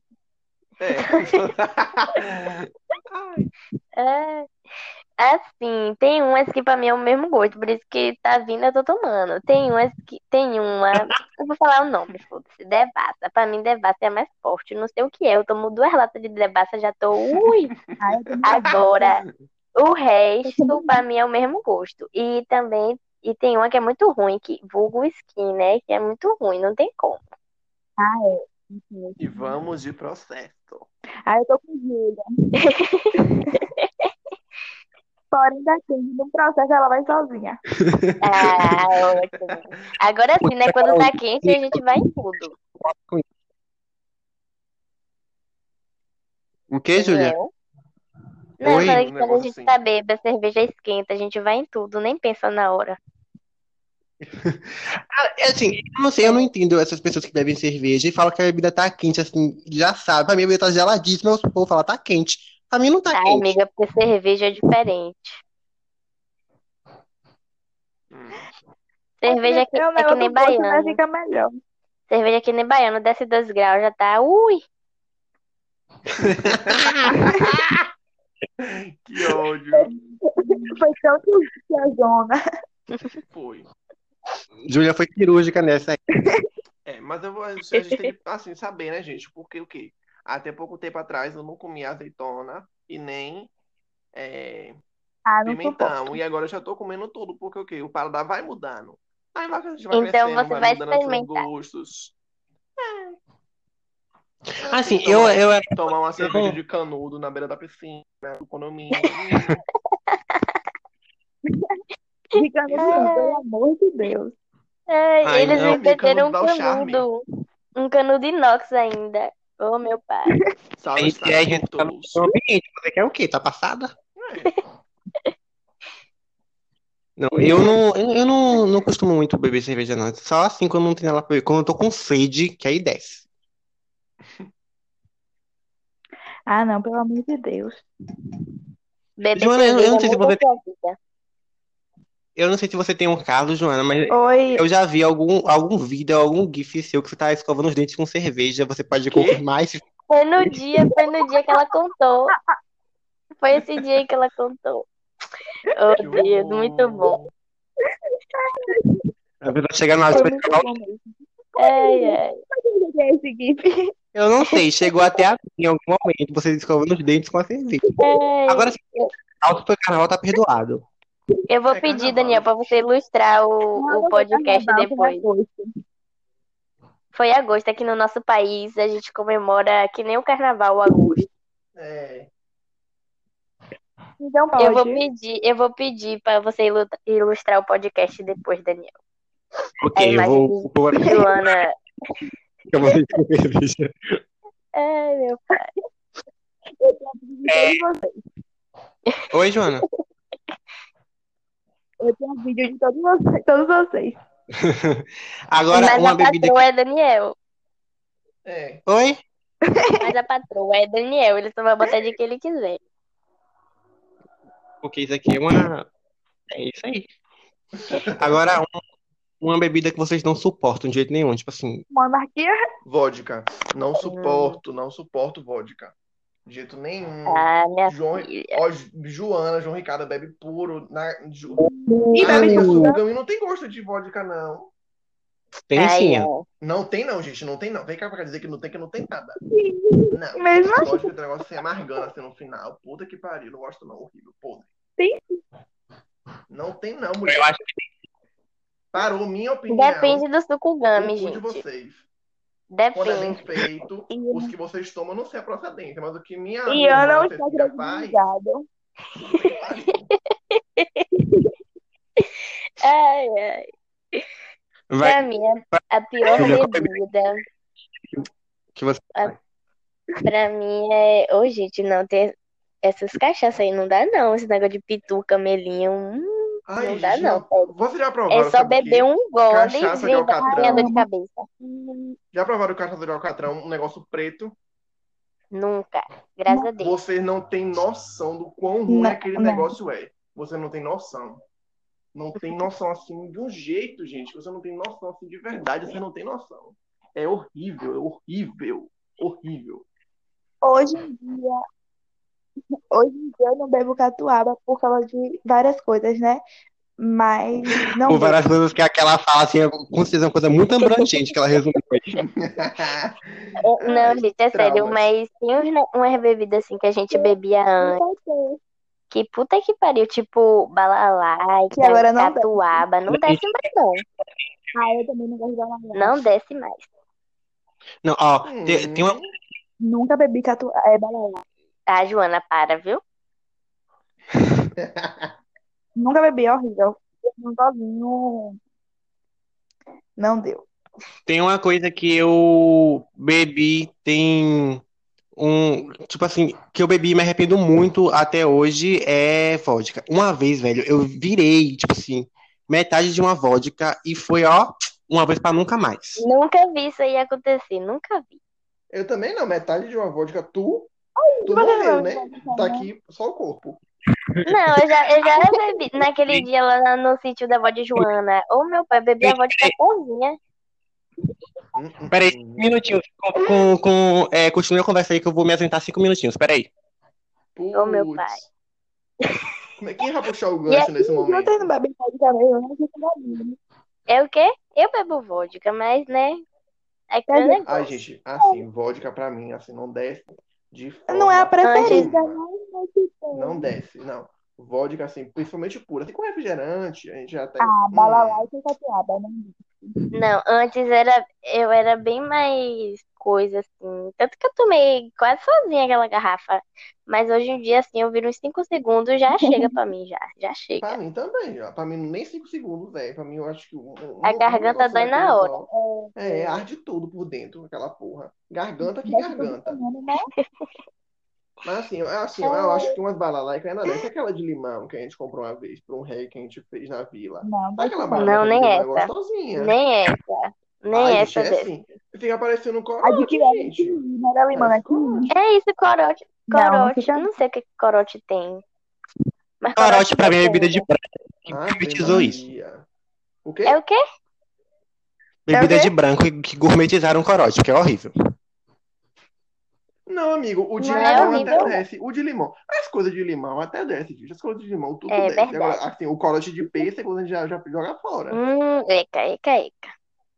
Ai, É. Assim, tem umas que pra mim é o mesmo gosto, por isso que tá vindo eu tô tomando. Tem uma, eu vou falar o nome, foda-se, Devassa. Pra mim, Devassa é a mais forte, não sei o que é. Eu tomo 2 latas de Devassa, já tô, ui. Agora, o resto, pra mim, é o mesmo gosto. E também, tem uma que é muito ruim, que vulgo skin, né? Que é muito ruim, não tem como. e vamos de processo. Aí eu tô com Júlia. Porém, depende do processo, ela vai sozinha. Ah, ótimo. Agora sim, né? Quando tá quente, a gente vai em tudo. O que, Júlia? Daniel? Não, eu Oi? falei que Um quando a negócio gente assim. tá bêbado, a cerveja esquenta, a gente vai em tudo, nem pensa na hora. Assim, eu não sei, eu não entendo essas pessoas que bebem cerveja e falam que a bebida tá quente, assim, já sabe. Pra mim a bebida tá geladíssima, eu vou falar, tá quente. Pra mim não tá Ah, quente. amiga, porque cerveja é diferente. Cerveja é que nem Gosto, né? baiano. Fica melhor. Cerveja é que nem baiano, desce 2 graus, já tá, ui. Que ódio. Foi tão que a zona. Foi. Júlia foi cirúrgica nessa aí. Mas a gente tem que, assim, saber, né, gente? Porque o quê? Até pouco tempo atrás eu não comia azeitona e nem Não pimentão. suporto. E agora eu já tô comendo tudo, porque o quê? O paladar vai mudando. Aí a gente vai Então crescendo, você vai vai mudando seus experimentar. gostos. Assim, Tomar uma cerveja de canudo na beira da piscina, economia. Fica no chão, pelo amor de Deus. Ai, Eles não. venderam um Canudo dá o charme. canudo. Um canudo inox ainda. Ô, meu pai. Salve a gente tá no Tacitos. seu ambiente, você quer o quê? Tá passada? Não, eu não costumo muito beber cerveja, não. Só assim quando não tem nada pra beber. Quando eu tô com sede, que aí desce. Não, pelo amor de Deus. Beber Joana, eu cerveja não sei se muda você a sua vida. Eu não sei se você tem um caso, Joana, mas Oi. eu já vi algum vídeo, algum GIF seu que você tá escovando os dentes com cerveja. Você pode confirmar esse. Foi no dia que ela contou. Foi esse dia que ela contou. Oh, Deus, muito bom. A pessoa chega na hora de Foi muito escovar. bom mesmo. Ai. Esse GIF. Eu não sei, chegou até a mim em algum momento, você escovando os dentes com a cerveja. Agora, alto foi carnaval, tá perdoado. Eu vou pedir, Daniel, pra você ilustrar o podcast depois. Foi agosto. Aqui no nosso país, a gente comemora que nem o carnaval, o agosto. Então Eu vou pode. pedir para você ilustrar o podcast depois, Daniel. A Ok, eu imagem vou. de Joana. Eu vou ver. Ai, meu pai. Eu tenho um vídeo de todos vocês. Oi, Joana. Eu tenho um vídeo de todos vocês. Agora, Mas uma a bebida patroa que. é Daniel. É. Oi? Mas a patroa é Daniel. Ele só vai botar de que ele quiser. Porque isso aqui é uma. É isso aí. Agora, uma bebida que vocês não suportam de jeito nenhum. Tipo assim, Monarquia? Vodka. Não suporto vodka. De jeito nenhum. Ah, minha João, filha. ó, Joana, João Ricardo bebe puro. Ih, Ah, bebe Amiga, não. Sukugami não tem gosto de vodka, não. Tem Ai, sim, ó. ó. Não tem não, gente. Não tem não. Vem cá pra dizer que não tem nada. Não. Mesmo Vodka tem um negócio assim, amargando assim no final. Puta que pariu. Não gosto não. Horrível. Podre. Tem. Não tem não, mulher. Eu acho Parou minha opinião. Depende do O Sukugami, cu de gente. vocês. Quando é bem Depende. feito, os que vocês tomam, eu não sei a procedência. Mas o que minha E eu irmã não Cecília estou faz, credibilizado. puta que pariu. Ai, ai. vai Pra mim, a pior Julia, qual bebida bebida, que você. pra mim é. Ô, gente, não tem. Essas cachaças aí não dá, não. Esse negócio de pitu, camelinho. Ai, Não dá, gente, não. não. Vocês já É provaram, só sabe o beber quê? um gole e Cachaça de desvendar a dor de alcatrão. cabeça. Já provaram cachaça de alcatrão? Um negócio preto? Nunca. Graças a Deus. Vocês não têm noção do quão ruim aquele negócio é. Você não tem noção. Não tem noção assim de um jeito, gente. Você não tem noção assim de verdade. Você não tem noção. É horrível, é horrível, horrível. Hoje em dia eu não bebo catuaba por causa de várias coisas, né? Mas não Por várias bebo. coisas que aquela fala, assim, é com certeza uma coisa muito abrangente que ela resumiu aí. Não, Ai, gente, é sério, traumas. mas tem umas bebidas assim que a gente bebia antes. Que puta que pariu, tipo balalaica, Que agora não desce. catuaba, não desce mais não. Ah, eu também não gosto de balalaica. Não desce mais. Não, ó, tem uma. Nunca bebi balalaica. Tá, Joana, para, viu? Nunca bebi, é horrível. Um sozinho não deu. Tem uma coisa que eu bebi, tem tipo assim, que eu bebi e me arrependo muito até hoje é vodka. Uma vez, velho, eu virei, tipo assim, metade de uma vodka e foi, ó, uma vez pra nunca mais. Nunca vi isso aí acontecer, nunca vi. Eu também não, metade de uma vodka. Tu você morreu, não né? vai Tá aqui só o corpo. Não, eu já bebi. Naquele dia lá no sítio da avó de Joana. Ô, meu pai bebia a vodka sozinha. Peraí, 5 minutinhos. Continue a conversa aí que eu vou me ausentar 5 minutinhos. Peraí. Ô, meu pai. Quem vai puxar o gancho nesse momento? Vocês não bebem vodka mesmo, eu não sei se bebem. É o quê? Eu bebo vodka, mas, né? É que é um negócio. Ai, gente, assim, vodka pra mim, assim, não desce de forma Não é a preferida, alguma. mas Não desce, não. Vodka, assim, principalmente pura. Assim, com refrigerante, a gente já tem. balalaica e catuaba, né? Não, antes eu era bem mais coisa, assim. Tanto que eu tomei quase sozinha aquela garrafa. Mas hoje em dia, assim, eu viro uns 5 segundos, já chega pra mim, já. Já Pra chega. mim também, ó. Pra mim, nem 5 segundos, velho. Pra mim, eu acho que A garganta negócio dói na daquele hora. só. Arde tudo por dentro, aquela porra. Garganta que garganta. Mas assim, eu acho que umas balalaicas ainda desce. Aquela de limão que a gente comprou uma vez pra um rei que a gente fez na vila. Não, Aquela Não, balalaika de nem limão é essa. gostosinha. Nem essa. Nem Ai, essa gente, é desce. assim. Fica parecendo um A de corote, que era gente. kiwi, não era limão, Parece é kiwi. corote. É isso, corote. Não, não Corote. fica. Não sei o que corote tem. Mas Corote pra mim é bebida de depende. branco. Que Ave gourmetizou isso. Maria. O quê? É o quê? Bebida quê? de branco e que gourmetizaram corote, que é horrível. Não, amigo, o de Não é limão horrível, até não. desce. O de limão. As coisas de limão até desce, gente. As coisas de limão tudo É desce. Agora, verdade. assim, o corote de pêssego a gente já joga fora. Eca.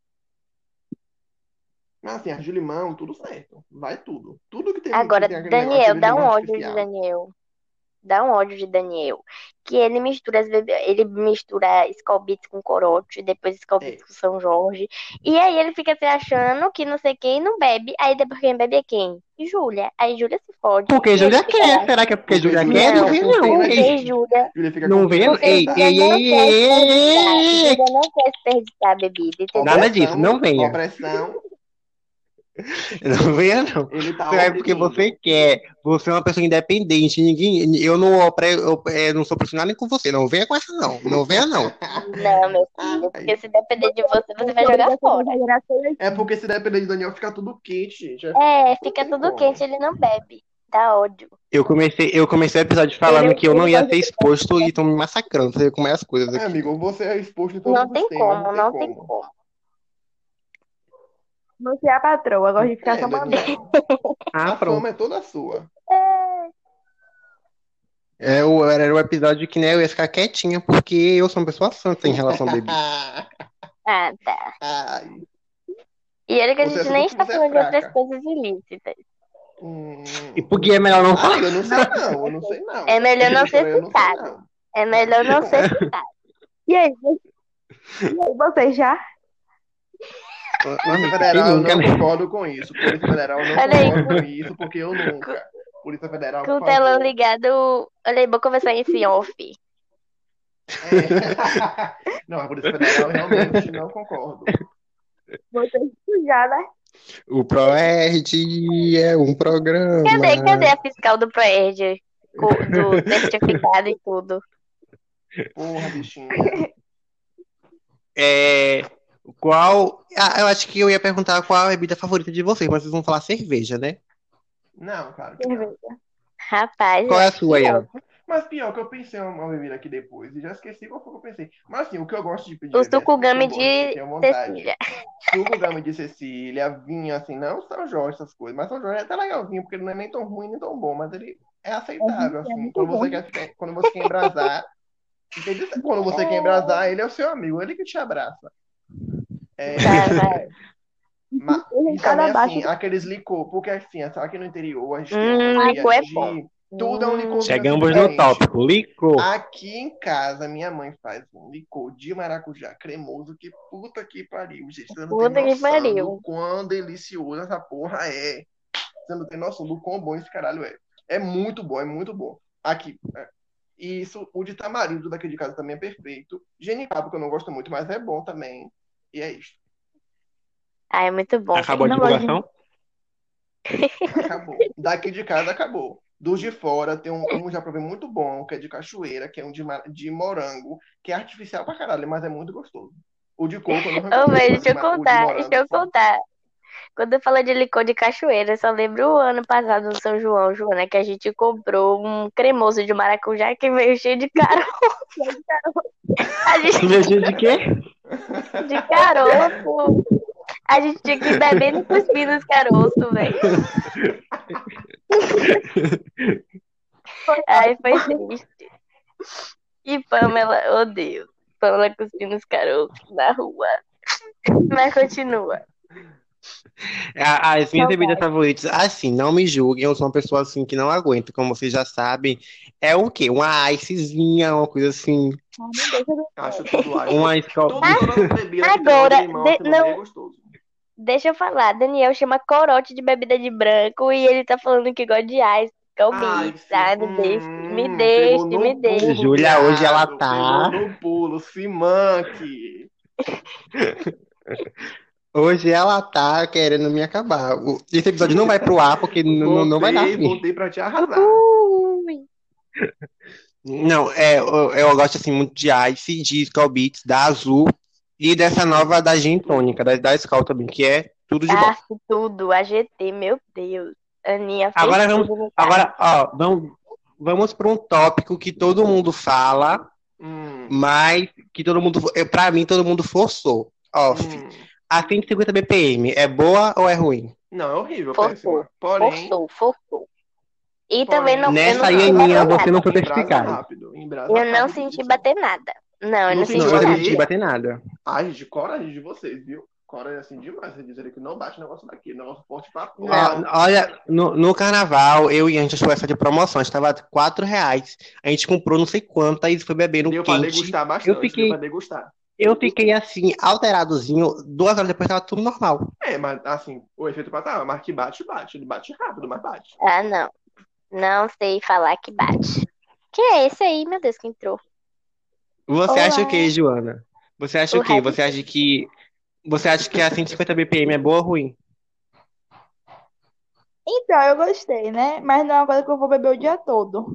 Mas assim, as de limão, tudo certo. Vai tudo. Tudo que tem, Agora, que tem aquele negócio Daniel, de dá um limão ódio de artificial. Daniel. dá um ódio de Daniel. Que ele mistura ele mistura Skol Beats com corote, depois Skol Beats com São Jorge. E aí ele fica se achando que não sei quem não bebe. Aí depois quem bebe é quem? Júlia. Aí Júlia se fode. Porque Júlia quer. Será que é porque Júlia quer? Não vem, não. Porque Júlia Não vem, não. Ei, Júlia não quer desperdiçar a bebida. Entendeu? Nada disso, não venha. Opressão. Não venha, não. Ele tá É porque você quer. Você é uma pessoa independente. Eu não sou profissional nem com você. Não venha com essa, não. Não venha, não. Não, meu filho. Porque se depender de você, você vai jogar fora. É porque se depender de Daniel, fica tudo quente, gente. Fica tudo quente, ele não bebe. Dá ódio. Eu comecei o episódio falando que eu não ia ser exposto e estão me massacrando. Você vê como é as coisas aqui. Amigo, você é exposto em todos Não os tem temas. como, não tem como. Você é a patroa, gosto de ficar só mandando. A pronto. fama é toda sua. Era o episódio que, né, eu ia ficar quietinha, porque eu sou uma pessoa santa em relação a bebida. Ah, tá. Ai. E ele que a Você gente é nem super está falando de fraca. outras coisas ilícitas. E porque é melhor não falar. Eu não sei não, eu não sei não. É melhor não ser Eu não sei citado. não. É melhor não ser citado. E aí, você já? Polícia Federal, eu não concordo com isso. Polícia Federal, eu não Olha aí. concordo com isso, porque eu nunca. Polícia Federal, Com o por telão favor. ligado. Olha aí, vou conversar isso em off. Não, a Polícia Federal eu realmente não concordo. Você já, né? O ProErd é um programa. Cadê a fiscal do Proerd? Do certificado e tudo. Porra, bichinha. Eu acho que eu ia perguntar qual a bebida favorita de vocês, mas vocês vão falar cerveja, né? Não, claro que não. Cerveja. Rapaz. Qual é a sua, Ian? Mas pior que eu pensei uma bebida aqui depois e já esqueci qual foi que eu pensei. Mas assim, o que eu gosto de pedir O é sucugame bom, de tenho vontade. Cecília. Sucugame de Cecília, vinho assim, não São Jorge, essas coisas. Mas São Jorge é até legalzinho, porque ele não é nem tão ruim nem tão bom, mas ele é aceitável, assim. muito Quando você bom. quando você quer embrasar, entendeu? Quando você quer embrasar, ele é o seu amigo, ele que te abraça. Vai. E também, assim, aqueles licor, porque assim, aqui no interior, a gente tem uma licor é de bom. tudo é um licor Chegamos no diferente. tópico, licor. Aqui em casa, minha mãe faz um licor de maracujá cremoso, que puta que pariu, gente. Você não Puta tem que noção pariu. do quão delicioso essa porra é. Você não tem noção do quão bom esse caralho é. É muito bom, é muito bom. Aqui, isso, o de tamarindo daqui de casa também é perfeito. Genipapo, que eu não gosto muito, mas é bom também. E é isso. Ah, é muito bom. Acabou a Não divulgação? Acabou. Daqui de casa acabou. Dos de fora tem um já provei muito bom, que é de cachoeira, que é um de morango, que é artificial pra caralho, mas é muito gostoso. O de coco eu não recomendo. Ô, velho, mas deixa eu o de contar, morango deixa eu é foda. contar. Quando eu falo de licor de cachoeira, eu só lembro o ano passado no São João, Joana, que a gente comprou um cremoso de maracujá que veio cheio de caroço. A gente Cerveja de quê? de caroço. A gente tinha que ir bebendo e cuspir nos caroços, velho. Aí foi triste. E Pamela, oh Deus, Pamela cuspindo os caroços na rua. Mas continua. As minhas bebidas favoritas, assim, não me julguem, eu sou uma pessoa assim que não aguento, como vocês já sabem. É o quê? Uma icezinha, uma coisa assim. Acho tudo Uma escola. Toda bebida que tem Agora, óleo de limão, aquilo ali é gostoso. Deixa eu falar, Daniel chama corote de bebida de branco e ele tá falando que gosta de ice. Ai, Me deixe. Júlia, hoje ela tá. Pegou no pulo, Simanque. Hoje ela tá querendo me acabar. Esse episódio não vai pro ar porque não vai dar fim. Voltei pra te arrasar. Não, eu gosto assim muito de Ice, de Skol Beats, da Azul e dessa nova da Gin Tônica, da Skol também, que é tudo de bom. Tudo, a GT, meu Deus. Aninha fez Agora tudo. vamos para um tópico que todo mundo fala, mas que pra mim todo mundo forçou. A 150 BPM é boa ou é ruim? Não, é horrível, Forçou. péssima. Porém, Forçou. E também não. Nessa aí, Aninha, você não foi certificado. Eu não senti bater nada. Não, eu não senti Não, eu não nada. senti bater nada. Ai, gente, coragem de vocês, viu? Cora é assim demais. Você dizer que não bate o negócio daqui. Negócio forte pra Não. porra. Olha, no carnaval, eu e a gente achou essa de promoção. Estava R$ 4. A gente comprou não sei quantas, foi bebendo Deu pra quente. degustar Eu bastante. Deu fiquei, pra degustar. eu fiquei assim, alteradozinho. 2 horas depois tava tudo normal. Mas assim, o efeito pra mas que bate, bate. Ele bate rápido, mas bate. Ah, não. Não sei falar que bate. Que é esse aí, meu Deus, que entrou? Você acha o Olá. quê, Joana? Você acha O o quê? Red. Você acha que a 150 BPM é boa ou ruim? Então, eu gostei, né? Mas não é uma coisa que eu vou beber o dia todo.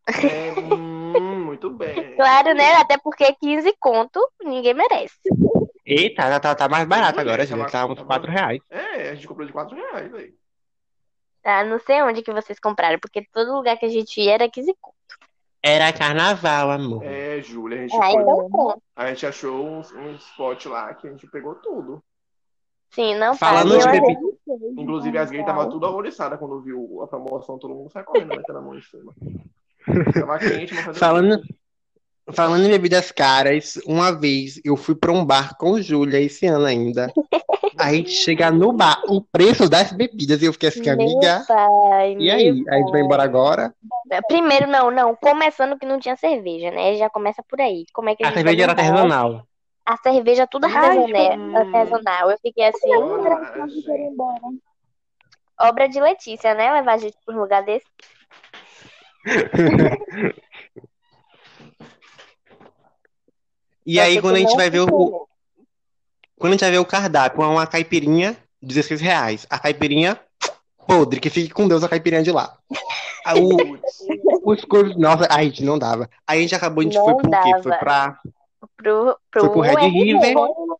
Muito bem. Claro, né? Até porque 15 conto, ninguém merece. Eita, tá mais barato Mulher, agora, gente. Tá uns R$ 4. A gente comprou de R$ 4, velho. Ah, não sei onde que vocês compraram, porque todo lugar que a gente ia era 15 conto. Era carnaval, amor. Júlia, a gente Ah, foi. então pronto. A gente achou um spot lá que a gente pegou tudo. Sim, não Falando pague. de Eu bebida. Inclusive, as gays estavam tudo horroriçadas quando viu a promoção, todo mundo sai correndo, metendo a mão em cima. Tava quente, mas fazia Falando, falando em bebidas caras, uma vez eu fui pra um bar com Júlia esse ano ainda. A gente chega no bar, o preço das bebidas, e eu fiquei assim, Meu amiga, pai, e aí? A gente vai embora agora? Primeiro, não. Começando que não tinha cerveja, né? Já começa por aí. Como é que a A gente cerveja era vai no bar? artesanal. A cerveja tudo artesanal. Eu fiquei assim, coragem. obra de Letícia, né? Levar a gente pra um lugar desse. E aí, Você quando a que gente não vai ver entendeu. quando a gente vai ver o cardápio, é uma caipirinha, R$ 16. A caipirinha podre, que fique com Deus a caipirinha de lá. Putz. Os coisas, nossa, a gente não dava. Aí a gente acabou, a gente foi Não pro quê? dava. Pro Foi pro Red River.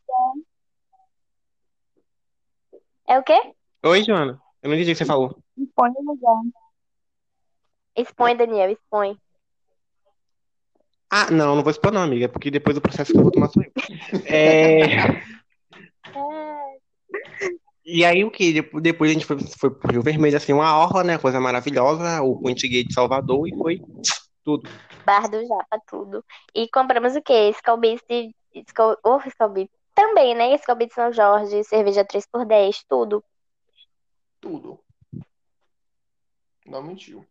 É o quê? Oi, Joana. Eu não entendi o que você falou. Põe no lugar. Expõe, Daniel, expõe. Ah, não vou expor não, amiga, porque depois o processo que eu vou tomar sou eu. É... E aí o que? Depois a gente foi pro Rio Vermelho, assim, uma orla, né? Coisa maravilhosa, o Point Gay de Salvador, e foi tudo. Bar do Japa, tudo. E compramos o quê? Skol Beats de... Skol Beats. Também, né? Skol Beats São Jorge, cerveja 3x10, tudo. Tudo. Não mentiu.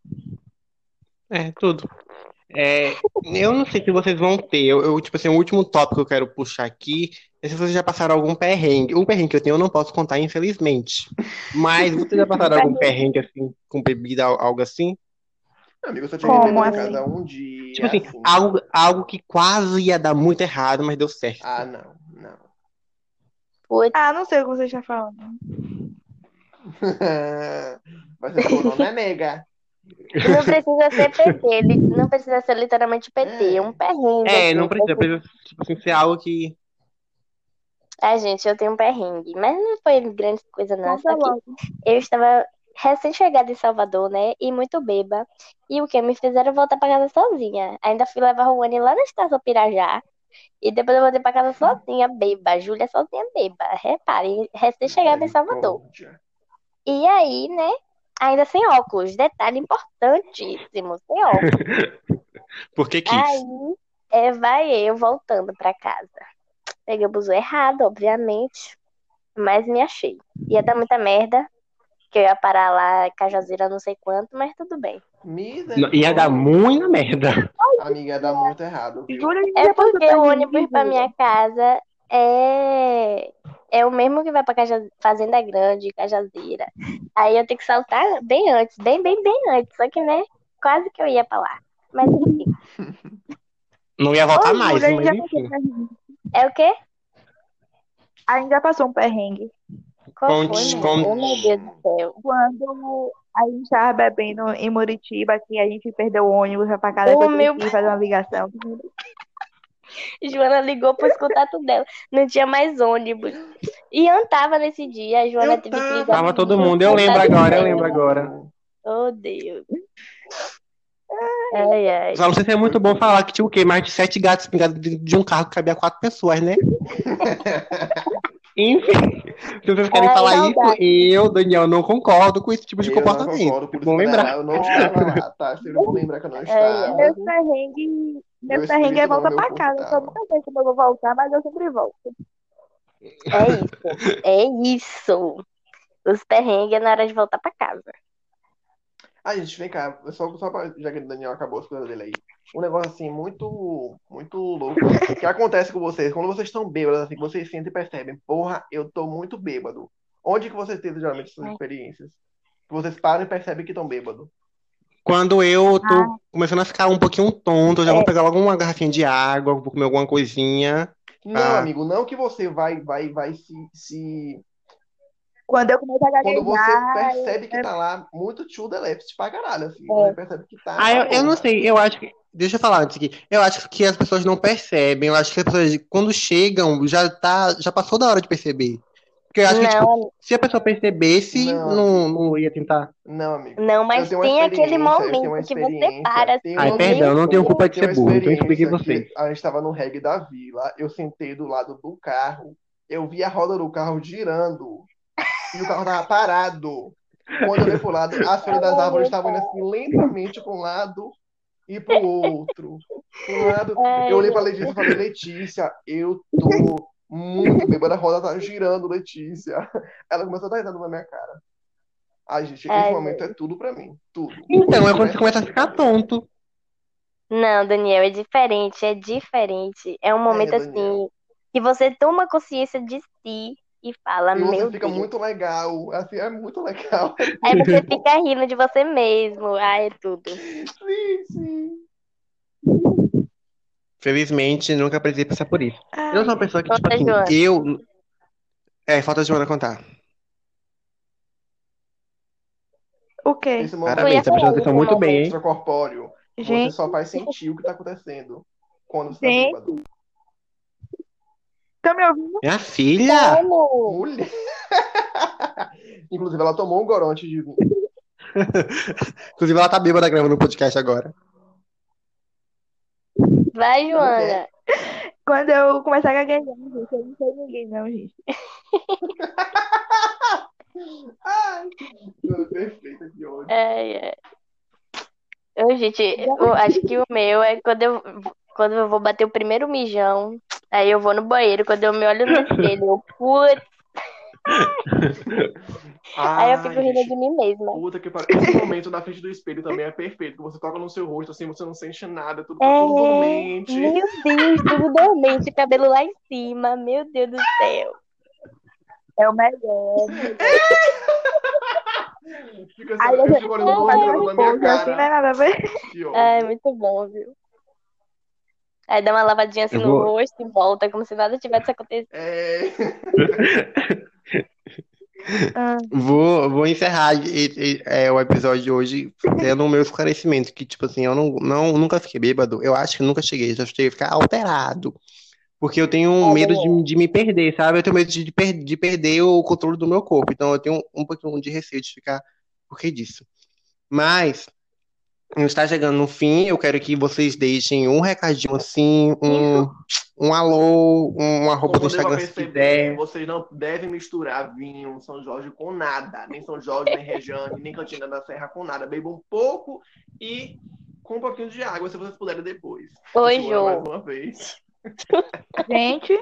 É, tudo. Eu não sei se vocês vão ter. Tipo assim, o último tópico que eu quero puxar aqui é se vocês já passaram algum perrengue. Um perrengue que eu tenho eu não posso contar, infelizmente. Mas vocês já passaram algum perrengue, assim, com bebida, algo assim? Amigo, eu só tinha que Como beber em assim? casa um dia. Tipo assim, assim. algo que quase ia dar muito errado, mas deu certo. Ah, não. Putz, Ah, não sei o que você está falando. Vai ser corona, né, nega? não precisa ser PT, não precisa ser literalmente PT, é um perrengue, assim. Não precisa, tipo assim, ser algo que. Ai, gente, eu tenho um perrengue, mas não foi grande coisa não, Conta só que logo. eu estava recém-chegada em Salvador, né, e muito beba, e o que? Me fizeram voltar pra casa sozinha, ainda fui levar o Ruane lá na Estação Pirajá, e depois eu voltei pra casa sozinha, beba, a Júlia sozinha beba, repare, recém-chegada em Salvador. Misericórdia. E aí, né, ainda sem óculos, detalhe importantíssimo, sem óculos. Por que quis? Aí, vai eu voltando pra casa. Peguei o buzu errado, obviamente, mas me achei. Ia dar muita merda, que eu ia parar lá, Cajazeira, não sei quanto, mas tudo bem. Ia dar muita merda. Amiga, ia dar muito errado, viu? Júlia, É porque o perrengue, ônibus pra Júlia. minha casa é o mesmo que vai pra Fazenda Grande, Cajazeira. Aí eu tenho que saltar bem antes, bem antes. Só que, né, quase que eu ia pra lá. Mas enfim. Não ia voltar Ô, mais, Júlia, a gente mas já passou um enfim. perrengue. É o quê? A gente já passou um perrengue. Qual Conte, foi, conte. mano? Oh, meu Deus do céu. Quando a gente estava bebendo em Muritiba, que a gente perdeu o ônibus, foi pra casa, Oh, depois meu teve que fazer uma ligação. Joana ligou pro contato dela. Não tinha mais ônibus. E eu tava nesse dia. A Joana teve que ligar. Tava todo pro mundo, eu lembro contato agora, dela. Oh, Deus. Ai. Só não sei se é muito bom falar que tinha o quê? Mais de 7 gatos pingados dentro de um carro que cabia 4 pessoas, né? Enfim, se vocês querem falar saudade. isso, eu, Daniel, não concordo com esse tipo de Eu não comportamento. concordo, por Bom isso lembrar. eu não estava lá, tá? Vocês vão lembrar que eu não estava. Meu perrengue Meu é espírito volta no pra meu casa. corpo Eu nunca sei como eu vou voltar, mas eu sempre volto. É isso. É isso. Os perrengues é na hora de voltar pra casa. Ah, gente, vem cá, já que o Daniel acabou as coisas dele aí. Um negócio assim, muito louco, que acontece com vocês, quando vocês estão bêbados, assim, que vocês sentem e percebem, porra, eu tô muito bêbado. Onde que vocês têm geralmente essas Ai. experiências? Que vocês param e percebem que estão bêbados. Quando eu tô começando a ficar um pouquinho tonto, eu já vou pegar logo uma garrafinha de água, vou comer alguma coisinha. Não, Ah, amigo, não que você vai se. Quando eu começo a Quando você gaguejar, percebe que tá lá muito to the left pra caralho, assim. É. Você percebe que tá Ah, pra eu não porra. sei, eu acho que. Deixa eu falar antes aqui. Eu acho que as pessoas não percebem. Eu acho que as pessoas, quando chegam, já passou da hora de perceber. Porque eu acho que, tipo, Não, se a pessoa percebesse, Não, não, amigo. não ia tentar. Não, amigo. não, Eu mas tenho uma tem aquele experiência, eu tenho uma momento que você experiência, para tem Ai, uma, assim, perdão, eu não tenho culpa meu de tenho ser uma burro, então expliquei experiência vocês. que a gente estava no reggae da Vila, eu sentei do lado do carro, eu vi a roda do carro girando e o carro tava parado. Quando eu olhei pro lado, as folhas das árvores estavam indo assim lentamente para um lado e para o outro. Para um lado, eu olhei para Ai, Letícia e falei, Letícia, eu tô muito bêbada, a roda tá girando, Letícia. Ela começou a dar risada na minha cara. Ai, gente, esse ai, momento é tudo pra mim. Tudo. Então, é Você quando você começa a percebe, ficar brincadeira. tonto. não, Daniel, é diferente, é diferente. É um É, momento Daniel. assim que você toma consciência de si e fala, E você meu fica Deus. muito legal. Assim, é muito legal. É Aí muito você bom. fica rindo de você mesmo. Ai, é tudo. Sim, sim. Felizmente, nunca precisei passar por isso. Eu sou uma pessoa que, tipo Conta, assim, Joana. eu. É, falta de Joana contar. o quê? Esse Eu ia Parabéns, tá momento, falar prestando atenção desse o muito momento bem, hein? momento. extracorpóreo, você Gente, só vai sentir o que tá acontecendo quando você tá gente, bêbado. tá me ouvindo? Minha filha! Como? Mulher. Inclusive, ela tomou um goró antes de vir. Inclusive, ela tá bêbada gravando o podcast agora. Vai, Mulher. Joana. Quando eu começar a gaguejar, gente, eu não sei ninguém, não, gente. Ai, Joana, perfeita, que ódio. É. Gente, eu acho que o meu é quando eu vou bater o primeiro mijão. Aí eu vou no banheiro, quando eu me olho no espelho, eu, putz, aí eu fico Ai, rindo de gente, mim mesma. puta que pariu. Esse momento na frente do espelho também é perfeito. Que você toca no seu rosto, assim, você não sente nada, tudo, tá tudo dormente. Meu Deus, tudo dormente, cabelo lá em cima, meu Deus do céu. É o melhor. Fica assim, Aí eu você fico olhando o faz entrando um na minha post assim, não é cara. nada a ver. Que Ai, ódio. muito bom, viu? Aí dá uma lavadinha assim Eu no vou. rosto e volta, como se nada tivesse acontecido. É... Ah, Vou encerrar o episódio de hoje dando o meu esclarecimento, que, tipo assim, eu nunca fiquei bêbado, eu acho que nunca cheguei, já cheguei a ficar alterado, porque eu tenho um Ai, medo Daniel. de me perder, sabe? Eu tenho medo de perder o controle do meu corpo, então eu tenho um pouquinho de receio de ficar por que disso. Mas, está chegando no fim, eu quero que vocês deixem um recadinho assim, um alô, um arroba no Como deu pra Instagram se perceber, quiser. vocês não devem misturar vinho São Jorge com nada. Nem São Jorge, nem Rejane, nem Cantina da Serra com nada. Bebam um pouco e com um pouquinho de água, se vocês puderem depois. Oi, Joana, mais Jô. uma vez. gente,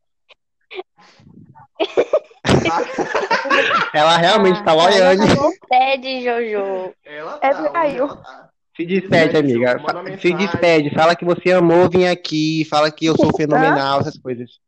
Ela realmente tá Ah, loiane. Despede, Jojo. Ela é tá, hoje caiu. ela tá. Se despede, Despede, amiga. Jô. Manda Se despede. mensagem. Fala que você amou vir aqui. Fala que eu sou Hã? fenomenal, essas coisas.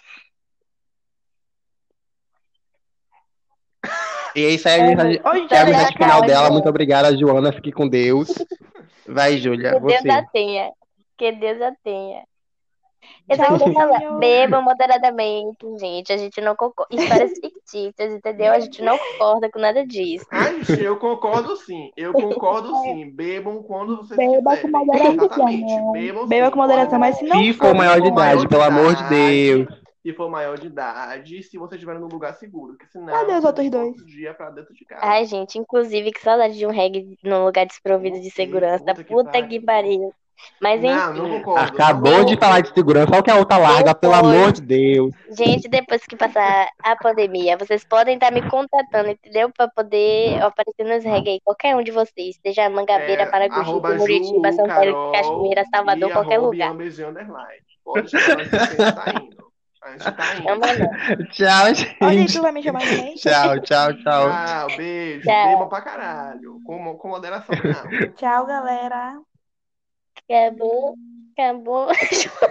E aí sai a mensagem, Hoje sai a tá mensagem na final cara, dela. gente. Muito obrigada, Joana. Fique com Deus. Vai, Júlia, Que Deus você. a tenha. Que Deus a tenha. Eu tava Tchauzinho. falando, bebam moderadamente, gente. A gente não concorda. Histórias fictícias, entendeu? A gente não concorda com nada disso. Ai, gente, eu concordo sim. Eu concordo sim. Bebam quando vocês Beba com quiserem. moderação, Exatamente. não. Bebam Beba sim. com moderação, mas se não Se for for, maior de idade, pelo amor de Deus. Se for maior de idade, se você estiver num lugar seguro. Porque senão, Cadê os você outros tem dois? outro dia pra dentro de casa. Ai, gente, inclusive, que saudade de um reggae num lugar desprovido de segurança. Puta que pariu. Mas Não, não enfim, concordo. Acabou de falar de segurança. Olha o que a outra larga, pelo Depois. amor de Deus. gente, depois que passar a pandemia, vocês podem estar me contatando, entendeu? Pra poder aparecer nos reggae aí, qualquer um de vocês. Seja Mangabeira, Paragogi, Arroba Muritiba, Ju, São Paulo, Carol Cachoeira, Salvador, e qualquer arroba lugar. Underline. Pode chamar que você está indo. A gente tá indo. Chama não. Tchau, Ô, gente, gente. tu vai me chamar também? Tchau, tchau, tchau. Tchau, beijo. Tchau. Beba pra caralho. Com moderação, não. Tchau, galera. Acabou. Acabou.